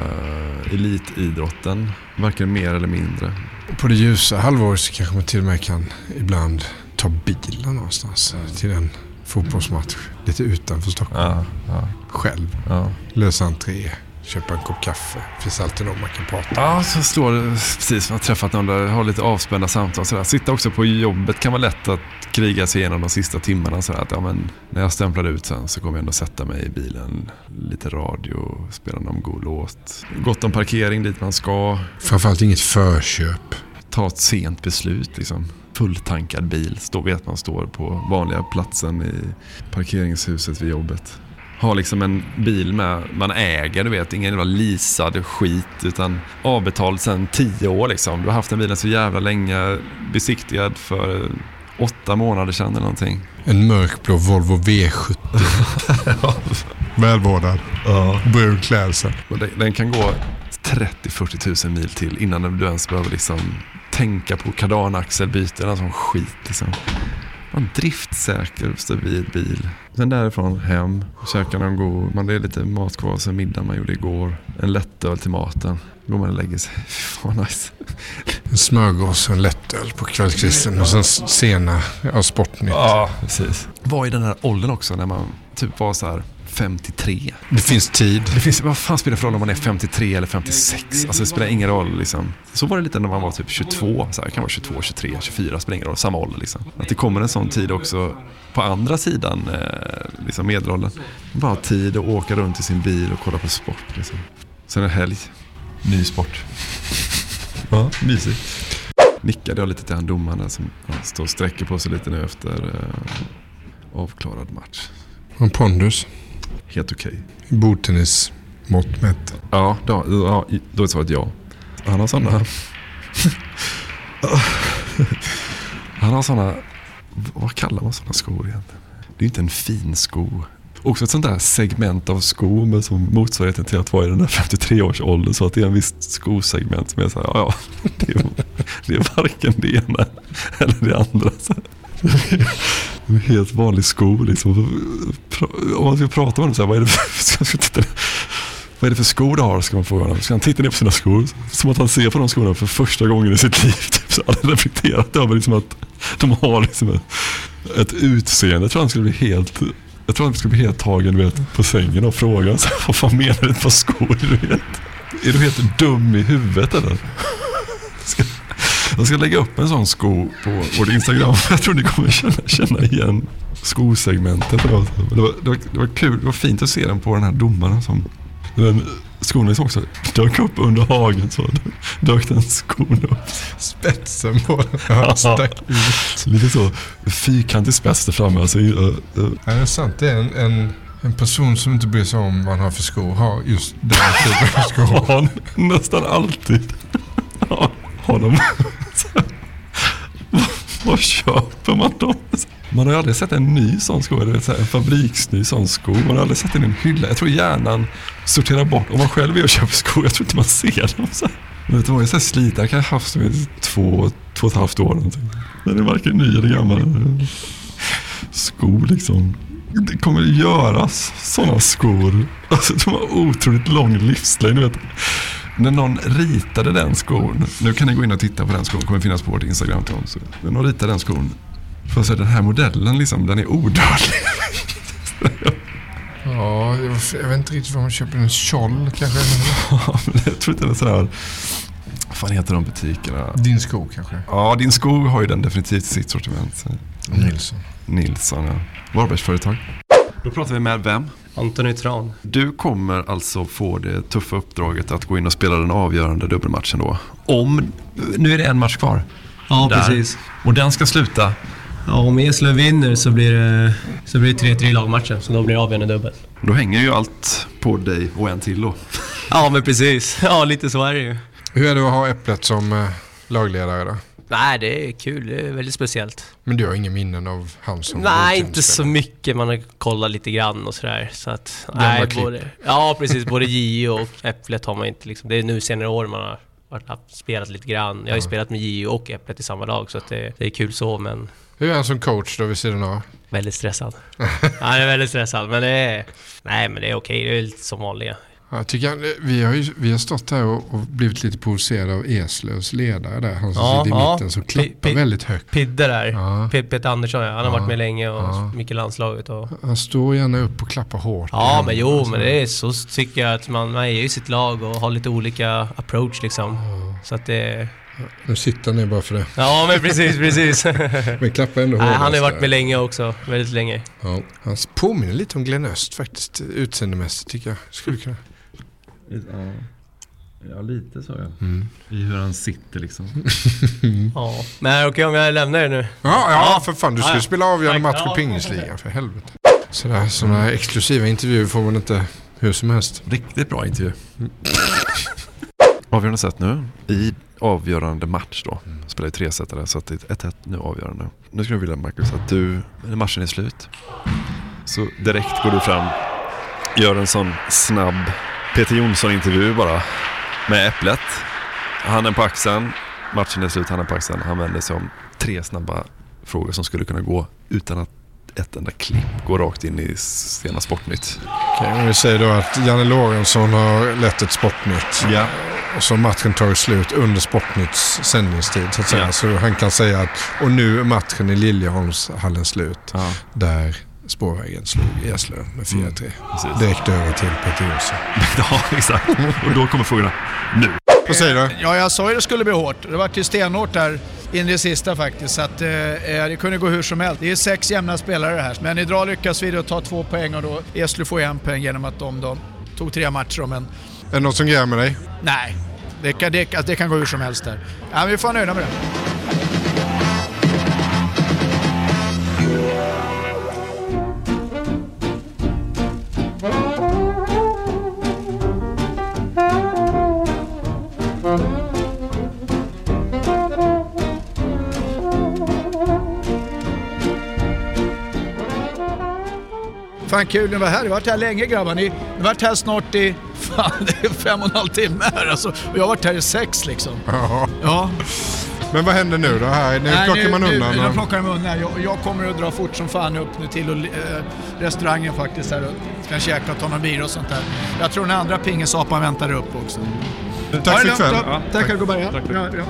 elitidrotten, varken mer eller mindre. På det ljusa halvåret så kanske man till och med kan ibland ta bilen någonstans mm. till en fotbollsmatch lite utanför Stockholm. Ja, ja. Själv. Ja. Lösa entré. Köpa en kopp kaffe. Finns alltid någon man kan prata. Ja, så står det precis. Man har träffat någon där, har lite avspända samtal. Sådär. Sitta också på jobbet kan vara lätt att kriga sig igenom de sista timmarna. Sådär. Att, ja, men, när jag stämplade ut sen så kommer jag ändå sätta mig i bilen. Lite radio, spela någon god låt. Gott om parkering dit man ska. Framförallt inget förköp. Ta ett sent beslut liksom. Fulltankad bil. Då vet man står på vanliga platsen i parkeringshuset vid jobbet. Ha liksom en bil med, man äger, du vet, ingen jävla leasad skit utan avbetald sedan tio år liksom. Du har haft den bilen så jävla länge, besiktigad för åtta månader sedan eller någonting. En mörkblå Volvo V sjuttio. Välvårdad. Ja. Brun klädsel. Den, den kan gå trettio till fyrtio tusen mil till innan du ens behöver liksom tänka på kardanaxelbyten och sån skit liksom. Man driftsäker, stabil bil. Sen därifrån hem, käkar någon god, man det är lite mat kvar sen middag man gjorde igår. En lättöl till maten. Går man och lägger sig. Fan nice. En smörgås och en lättöl på kvällskvisten och sen sena av Sportnytt. Ja, precis. Var i den här åldern också när man typ var så här femtiotre. Det finns tid. Det finns, vad fan spelar det för roll om man är femtiotre eller femtiosex? Alltså det spelar ingen roll liksom. Så var det lite när man var typ tjugotvå. Så här, kan vara tjugotvå, tjugotre, tjugofyra, spelar ingen roll. Samma ålder liksom. Att det kommer en sån tid också på andra sidan eh, liksom medelåldern. Bara tid att åka runt i sin bil och kolla på sport liksom. Sen en helg. Ny sport. Ja, mysigt. Nickade jag lite till han domaren som står och sträcker på sig lite nu efter eh, avklarad match. Och pondus. Helt okej. Okay. Bordtennis mått mätt. Ja, då, ja, då är svaret ja. Han har sådana... Han har sådana... Vad kallar man sådana skor egentligen? Det är inte en fin sko. Också ett sånt där segment av sko med som motsvarigheten till att vara i den där femtiotre års ålder. Så att det är en viss skosegment som är så här, ja, ja det, är, det är varken det ena eller det andra. Så. En helt vanlig sko liksom. Om man ska prata med dem så här, vad är det för, ska, ska titta, vad är det för skor du har, ska man fråga honom. Ska han titta ner på sina skor som att han ser på de skorna för första gången i sitt liv typ, så han har reflekterat över liksom att de har liksom ett, ett utseende. Jag tror han skulle bli helt jag tror han skulle bli helt tagen vet, på sängen och fråga så, vad fan menar du på skor du vet? Är du helt dum i huvudet eller? Ska Jag ska lägga upp en sån sko på vårt Instagram. Jag tror ni kommer känna, känna igen skosegmentet. Det var, det, var, det, var, det var kul, det var fint att se den på den här domaren som den skonen som också dök upp under hagen så dök den skon upp. Spetsen på den. Ja, stack lite så fyrkantig spets där framme. Alltså, uh, uh. Ja, det är sant. Det är en, en En person som inte bryr sig om vad han har för skor har just den typen av skor. Ja, nästan alltid. Ja, har de. Vad köper man dem? Man har ju aldrig sett en ny sån sko, eller en fabriksny sån sko. Man har aldrig sett den i en hylla. Jag tror hjärnan sorterar bort. Om man själv är och köper skor, jag tror inte man ser dem så här. Men vet du vad, jag säger slita, jag kan ha haft dem i två, två och ett halvt år. Den är varken ny eller gammal. Skor liksom. Det kommer göras sådana skor. Alltså de har otroligt lång livslängd, vet du. När någon ritade den skon, nu kan ni gå in och titta på den skon, kommer finnas på vårt Instagram till oss. När någon ritade den skon, för att säga den här modellen liksom, den är odödlig. Ja, jag, jag vet inte riktigt vad man köper, en kjoll kanske. Ja, men jag tror inte det är sådär. Vad fan heter de butikerna? Din sko kanske? Ja, din sko har ju den definitivt sitt sortiment. Nilsson. Nilsson, ja. Varbergsföretag. Då pratar vi med vem? Antoni Tran. Du kommer alltså få det tuffa uppdraget att gå in och spela den avgörande dubbelmatchen då. Om, nu är det en match kvar. Ja, där. Precis. Och den ska sluta? Ja, om Eslöv vinner så blir det, så blir det tre tre i lagmatchen, så då blir det avgörande dubbel. Då hänger ju allt på dig och en till då. Ja, men precis. Ja, lite så är det ju. Hur är det att ha Äpplet som eh, lagledare då? Nej, det är kul. Det är väldigt speciellt. Men du har ingen minnen av han som... Nej, inte så mycket. Man har kollat lite grann och sådär. Så att, nej, både, ja, precis. Både J O och Äpplet har man inte liksom. Det är nu senare år man har varit, spelat lite grann. Jag har ju ja. spelat med J O och Äpplet i samma lag, så att det, det är kul så, men... Hur är han som coach då vid sidan av? Väldigt stressad. Han är väldigt stressad, men det är... Nej, men det är okej. Det är lite som vanliga. Jag tycker, vi, har ju, vi har stått här och, och blivit lite provocerade av Eslövs ledare där. Han som ja, sitter i ja. mitten som klappar P- väldigt högt. Pidde där. Ja. P- Peter Andersson, ja. Han har ja. varit med länge och ja. mycket landslaget. Och... Han står gärna upp och klappar hårt. Ja, men jo, men det är så tycker jag att man, man är ju i sitt lag och har lite olika approach liksom. Ja. Så att det... Nu sitter han bara för det. Ja, men precis, precis. Men klappar ändå hårt. Nej, han har varit med länge också, väldigt länge. Ja. Han påminner lite om Glenn Öst faktiskt, utseendemässigt tycker jag. Skulle kunna... Ja, ja lite så ja. Mm. I hur han sitter liksom. Ja, men okej om jag lämnar det nu. Ja, ja, för fan, du ska ja. spela avgörande match i pingisligan, för helvete. Sådär, sådana här exklusiva intervjuer får man inte hur som helst. Riktigt bra intervju. Mm. Avgörande sätt nu. I avgörande match då. Spelar ju tre sättare, så att det är ett ett nu avgörande. Nu skulle jag vilja, Marcus, att du, när matchen är slut, så direkt går du fram, gör en sån snabb Peter Jonsson-intervju bara med Äpplet. Handen på axeln, matchen är slut, handen på axeln. Han vänder sig om tre snabba frågor som skulle kunna gå utan att ett enda klipp går rakt in i sena Sportnytt. Okej, okay, vi säger då att Janne Lorentzon har lett ett Sportnytt. Ja. Och så matchen tar slut under Sportnytts sändningstid så att säga. Ja. Så han kan säga att, och nu är matchen i Liljeholmshallen slut. Ja. Där Spårvägen slog Eslöv med fyra tre. Mm, direkt över till Peter Jonsson. Ja, exakt. Och då kommer frågorna nu. Vad säger du? Ja, jag sa ju det skulle bli hårt. Det var till stenhårt där in i det sista faktiskt. Så att eh, det kunde gå hur som helst. Det är sex jämna spelare det här. Men idag lyckas vi då ta två poäng och då Eslöv får en poäng genom att de, de tog tre matcher. Men... Är det något som gör med dig? Nej, det kan, det, det kan gå hur som helst där. Ja, vi får nöjda med det. Fan kul, ni var här. Jag har varit här länge grabbar. Ni har varit här snart i fan, det är fem och en halv timme här alltså. Och jag har varit här i sex liksom. Jaha. Ja. Men vad händer nu då? Här, nu Nej, plockar nu, man undan. Nu, nu plockar man undan. Jag, jag kommer att dra fort som fan upp nu till och, äh, restaurangen faktiskt här och ska käka och ta någon bira och sånt där. Jag tror den andra pingesapan väntar upp också. Mm. Tack för ikväll. Ja, tack för gubbar. Ja. Ja, ja.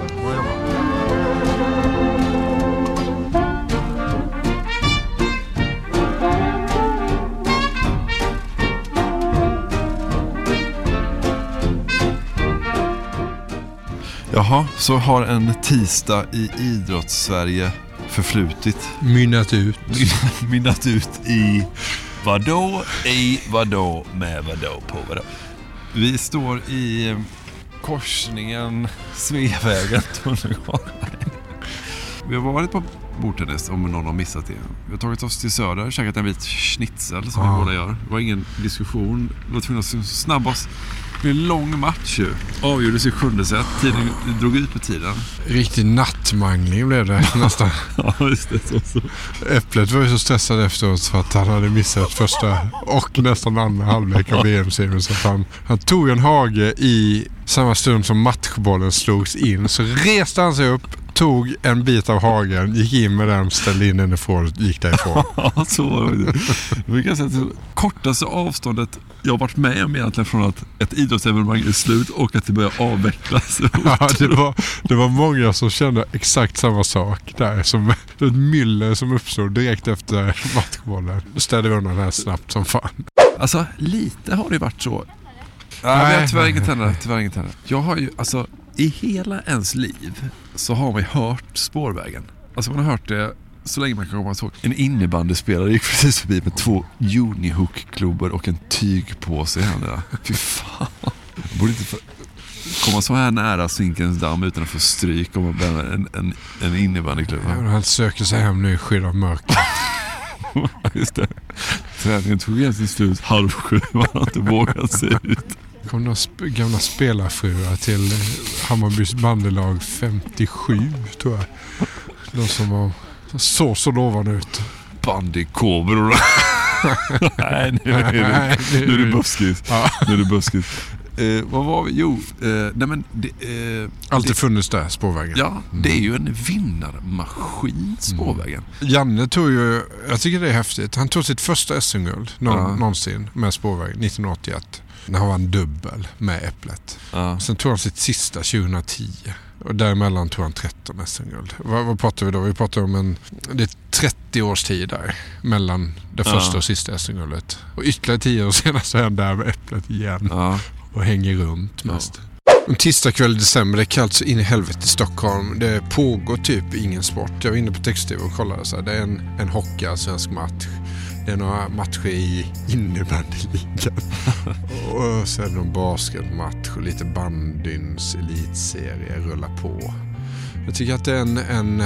Jaha, så har en tisdag i idrottssverige förflutit. Mynnat ut. Mynnat ut i vadå, i vadå, med vadå, på vadå. Vi står i korsningen Sveavägen. Vi har varit på bordtennis om någon har missat det. Vi har tagit oss till Söder, käkat en vit schnitzel som Ja. vi båda gör. Det var ingen diskussion. Det var tvungna att snabbast. Det blev en lång match ju. Avgjordes i sjunde set. Tiden drog ut på tiden. Riktig nattmangling blev det nästan. Ja, just det. Så, så. Äpplet var ju så stressad efteråt för att han hade missat första och nästan andra halvlek av V M-serien. Så att han, han tog en hage i samma stund som matchbollen slogs in. Så reste han sig upp, tog en bit av hagen, gick in med den, ställde in den ifrån och gick därifrån. Ja, så var det. Vi kan säga att det kortaste avståndet jag har varit med om egentligen från att ett idrottsevenemang är slut och att det börjar avvecklas. Ja, det var, det var många som kände exakt samma sak där. Som ett myller som uppstod direkt efter matchbollen. Då ställde vi undan den här snabbt som fan. Alltså, lite har det varit så. Ja, jag vet tyvärr inget annat, tyvärr inget annat. Jag har ju, alltså, i hela ens liv så har man hört spårvägen. Alltså man har hört det så länge man kan komma ihåg. En innebandyspelare gick precis förbi med två Unihook-klubbor och en tygpåse i händerna. Fy fan. Jag borde inte komma så här nära Zinkens damm utan att få stryk om man behöver en, en, en innebandyklubb. Ja, han söker sig hem nu i skydd av mörker. Just det. Träningen tog egentligen slut halv sju. Man har inte vågat se ut. Kom några sp- gamla spelarfruar till Hammarbys bandelag femtiosju, tror jag. De som var så så lovande ut. Bandykobror. Nej, nu är det, nu är det buskis. Ja. Nu är det buskis. Eh, vad var vi? Jo, eh, nej men det, eh, alltid det, funnits där, spårvägen. Ja, mm. Det är ju en vinnarmaskin, spårvägen. Mm. Janne tog ju, jag tycker det är häftigt, han tog sitt första S M-guld någon, ja. någonsin med spårvägen nittonhundraåttioett. När han var en dubbel med Äpplet. Ja. Sen tog han sitt sista tjugohundratio. Och däremellan tog han tretton S M-guld. Vad, vad pratar vi då? Vi pratar om en, det är trettio års tid där mellan det ja. första och sista S M-guldet. Och ytterligare tio år senare så är han där med Äpplet igen. Ja. Och hänger runt mest. Ja. En tisdag kväll i december, det är kallt så in i helvete i Stockholm. Det pågår typ ingen sport. Jag var inne på text-tv och kollade så här. Det är en, en hockey, svensk match. Det är några matcher i innebandyligan. Och sen någon basketmatch och lite bandyns elitserie rullar på. Jag tycker att det är en, en,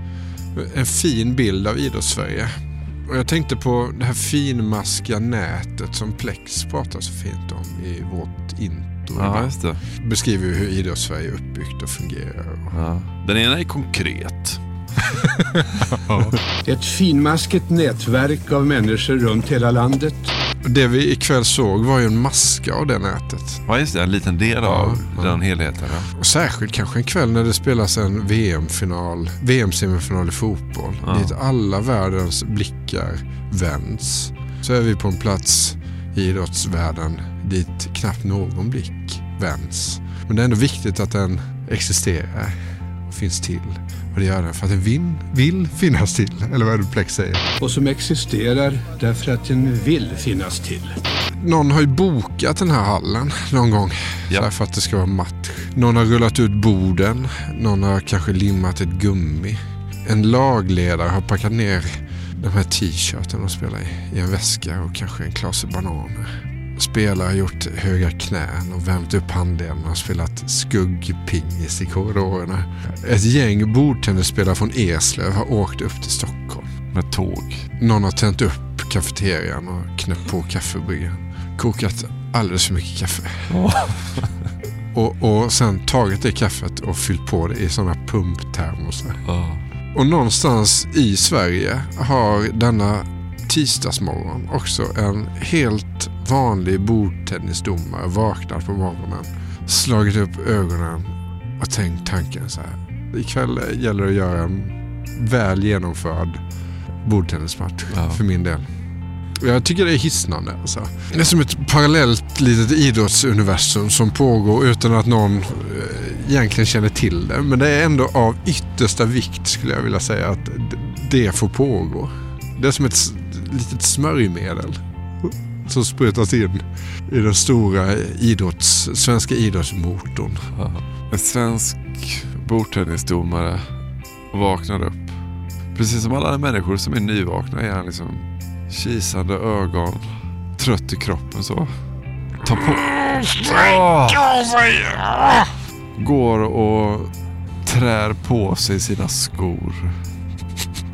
en fin bild av idrottssverige. Och jag tänkte på det här finmaskiga nätet som Plex pratar så fint om i vårt intro. Ja, just det. Beskriver hur idrottssverige är uppbyggt och fungerar. Ja. Den ena är konkret. Ja. Ett finmaskigt nätverk av människor runt hela landet. Det vi ikväll såg var ju en maska av det nätet. Ja, just det. En liten del av ja, den ja. helheten. Ja. Och särskilt kanske en kväll när det spelas en V M-final, V M-semifinal i fotboll. Ja. Dit alla världens blickar vänds. Så är vi på en plats i idrottsvärlden dit knappt någon blick vänds. Men det är ändå viktigt att den existerar och finns till. Och det gör den för att den vill, vill finnas till. Eller vad är det Plex säger? Och som existerar därför att den vill finnas till. Någon har ju bokat den här hallen någon gång. Ja. För att det ska vara match. Någon har rullat ut borden. Någon har kanske limmat ett gummi. En lagledare har packat ner de här t-shirten de spelar i. I en väska och kanske en klase bananer. Spelare har gjort höga knän och vänt upp handleden och spelat skuggpingis i korridorerna. Ett gäng bordtennisspelare från Eslöv har åkt upp till Stockholm. Med tåg. Någon har tänt upp kafeterian och knäppt på kaffebryggan. Kokat alldeles för mycket kaffe. Oh. och, och sen tagit det kaffet och fyllt på det i sådana pumptermosar. Oh. Och någonstans i Sverige har denna tisdagsmorgon också en helt vanlig bordtennisdomare vaknat på morgonen, slagit upp ögonen och tänkt tanken så här: ikväll gäller det att göra en väl genomförd bordtennismatch ja. för min del. Jag tycker det är hisnande alltså. Det är som ett parallellt litet idrottsuniversum som pågår utan att någon egentligen känner till det. Men det är ändå av yttersta vikt, skulle jag vilja säga, att det får pågå. Det är som ett litet smörjmedel som sprutas in i den stora idrotts, svenska idrottsmotorn. Ja. En svensk bordtennisdomare vaknar upp. Precis som alla människor som är nyvakna är han liksom kisande ögon, trött i kroppen så. Ta på. Går och trär på sig sina skor.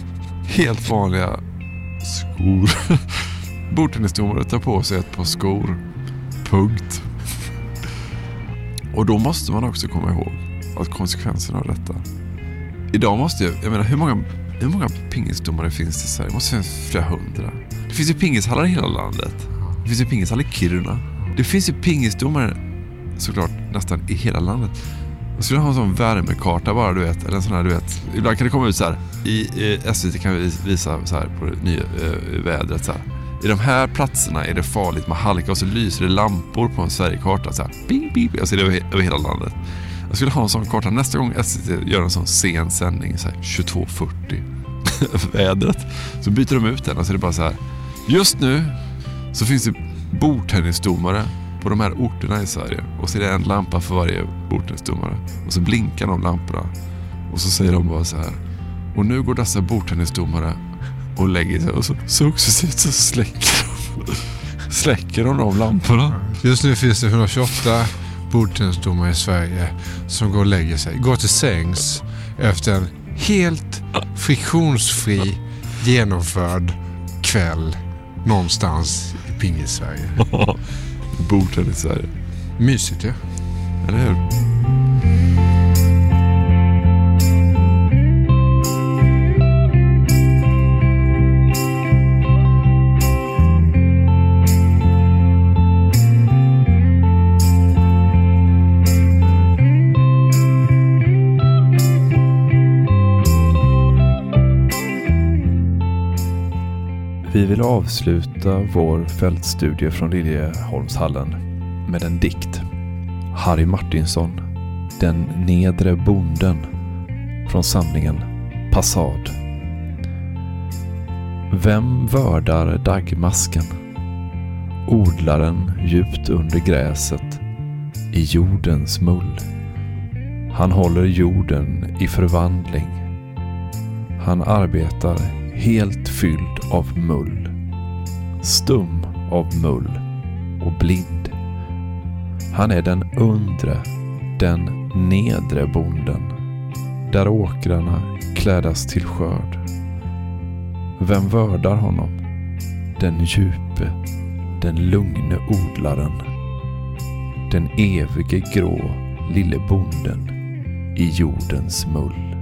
helt vanliga skor. Bordtennisdomare tar på sig ett par skor. Punkt. Och då måste man också komma ihåg att konsekvenserna av detta. Idag måste jag, jag menar hur många, hur många pingisdomare finns det i Sverige? Det måste finnas flera hundra. Det finns ju pingishallar i hela landet. Det finns ju pingishallar i Kiruna. Det finns ju pingisdomare såklart nästan i hela landet. Jag skulle ha en sån värmekarta bara, du vet. Eller en sån här, du vet. Ibland kan det komma ut så här. I, i S V T kan vi visa så här på det nya äh, vädret så här. I de här platserna är det farligt med halka och så lyser det lampor på en Sverigekarta så här. Bing, bing, bing. Alltså det är över, över hela landet. Jag skulle ha en sån karta nästa gång S V T gör en sån sen sändning så här tjugotvå fyrtio vädret. Så byter de ut den och så är det bara så här. Just nu så finns det bordtennisdomare på de här orterna i Sverige. Och så är det en lampa för varje bordtennisdomare. Och så blinkar de lamporna. Och så säger de bara så här. Och nu går dessa bordtennisdomare och lägger sig. Och så successivt så släcker de, släcker de de lamporna. Just nu finns det etthundratjugoåtta bordtennisdomare i Sverige som går och lägger sig. Går till sängs efter en helt friktionsfri genomförd kväll någonstans i Pingis-Sverige. Bordtennis i Sverige. Mysigt, ja. Eller hur? Vi vill avsluta vår fältstudie från Liljeholmshallen med en dikt. Harry Martinsson, Den nedre bonden, från samlingen Passad. Vem vördar daggmasken? Odlaren djupt under gräset, i jordens mull. Han håller jorden i förvandling. Han arbetar helt fylld av mull, stum av mull och blind. Han är den undre, den nedre bonden, där åkrarna klädas till skörd. Vem vördar honom? Den djupe, den lugne odlaren, den evige grå lille bonden i jordens mull.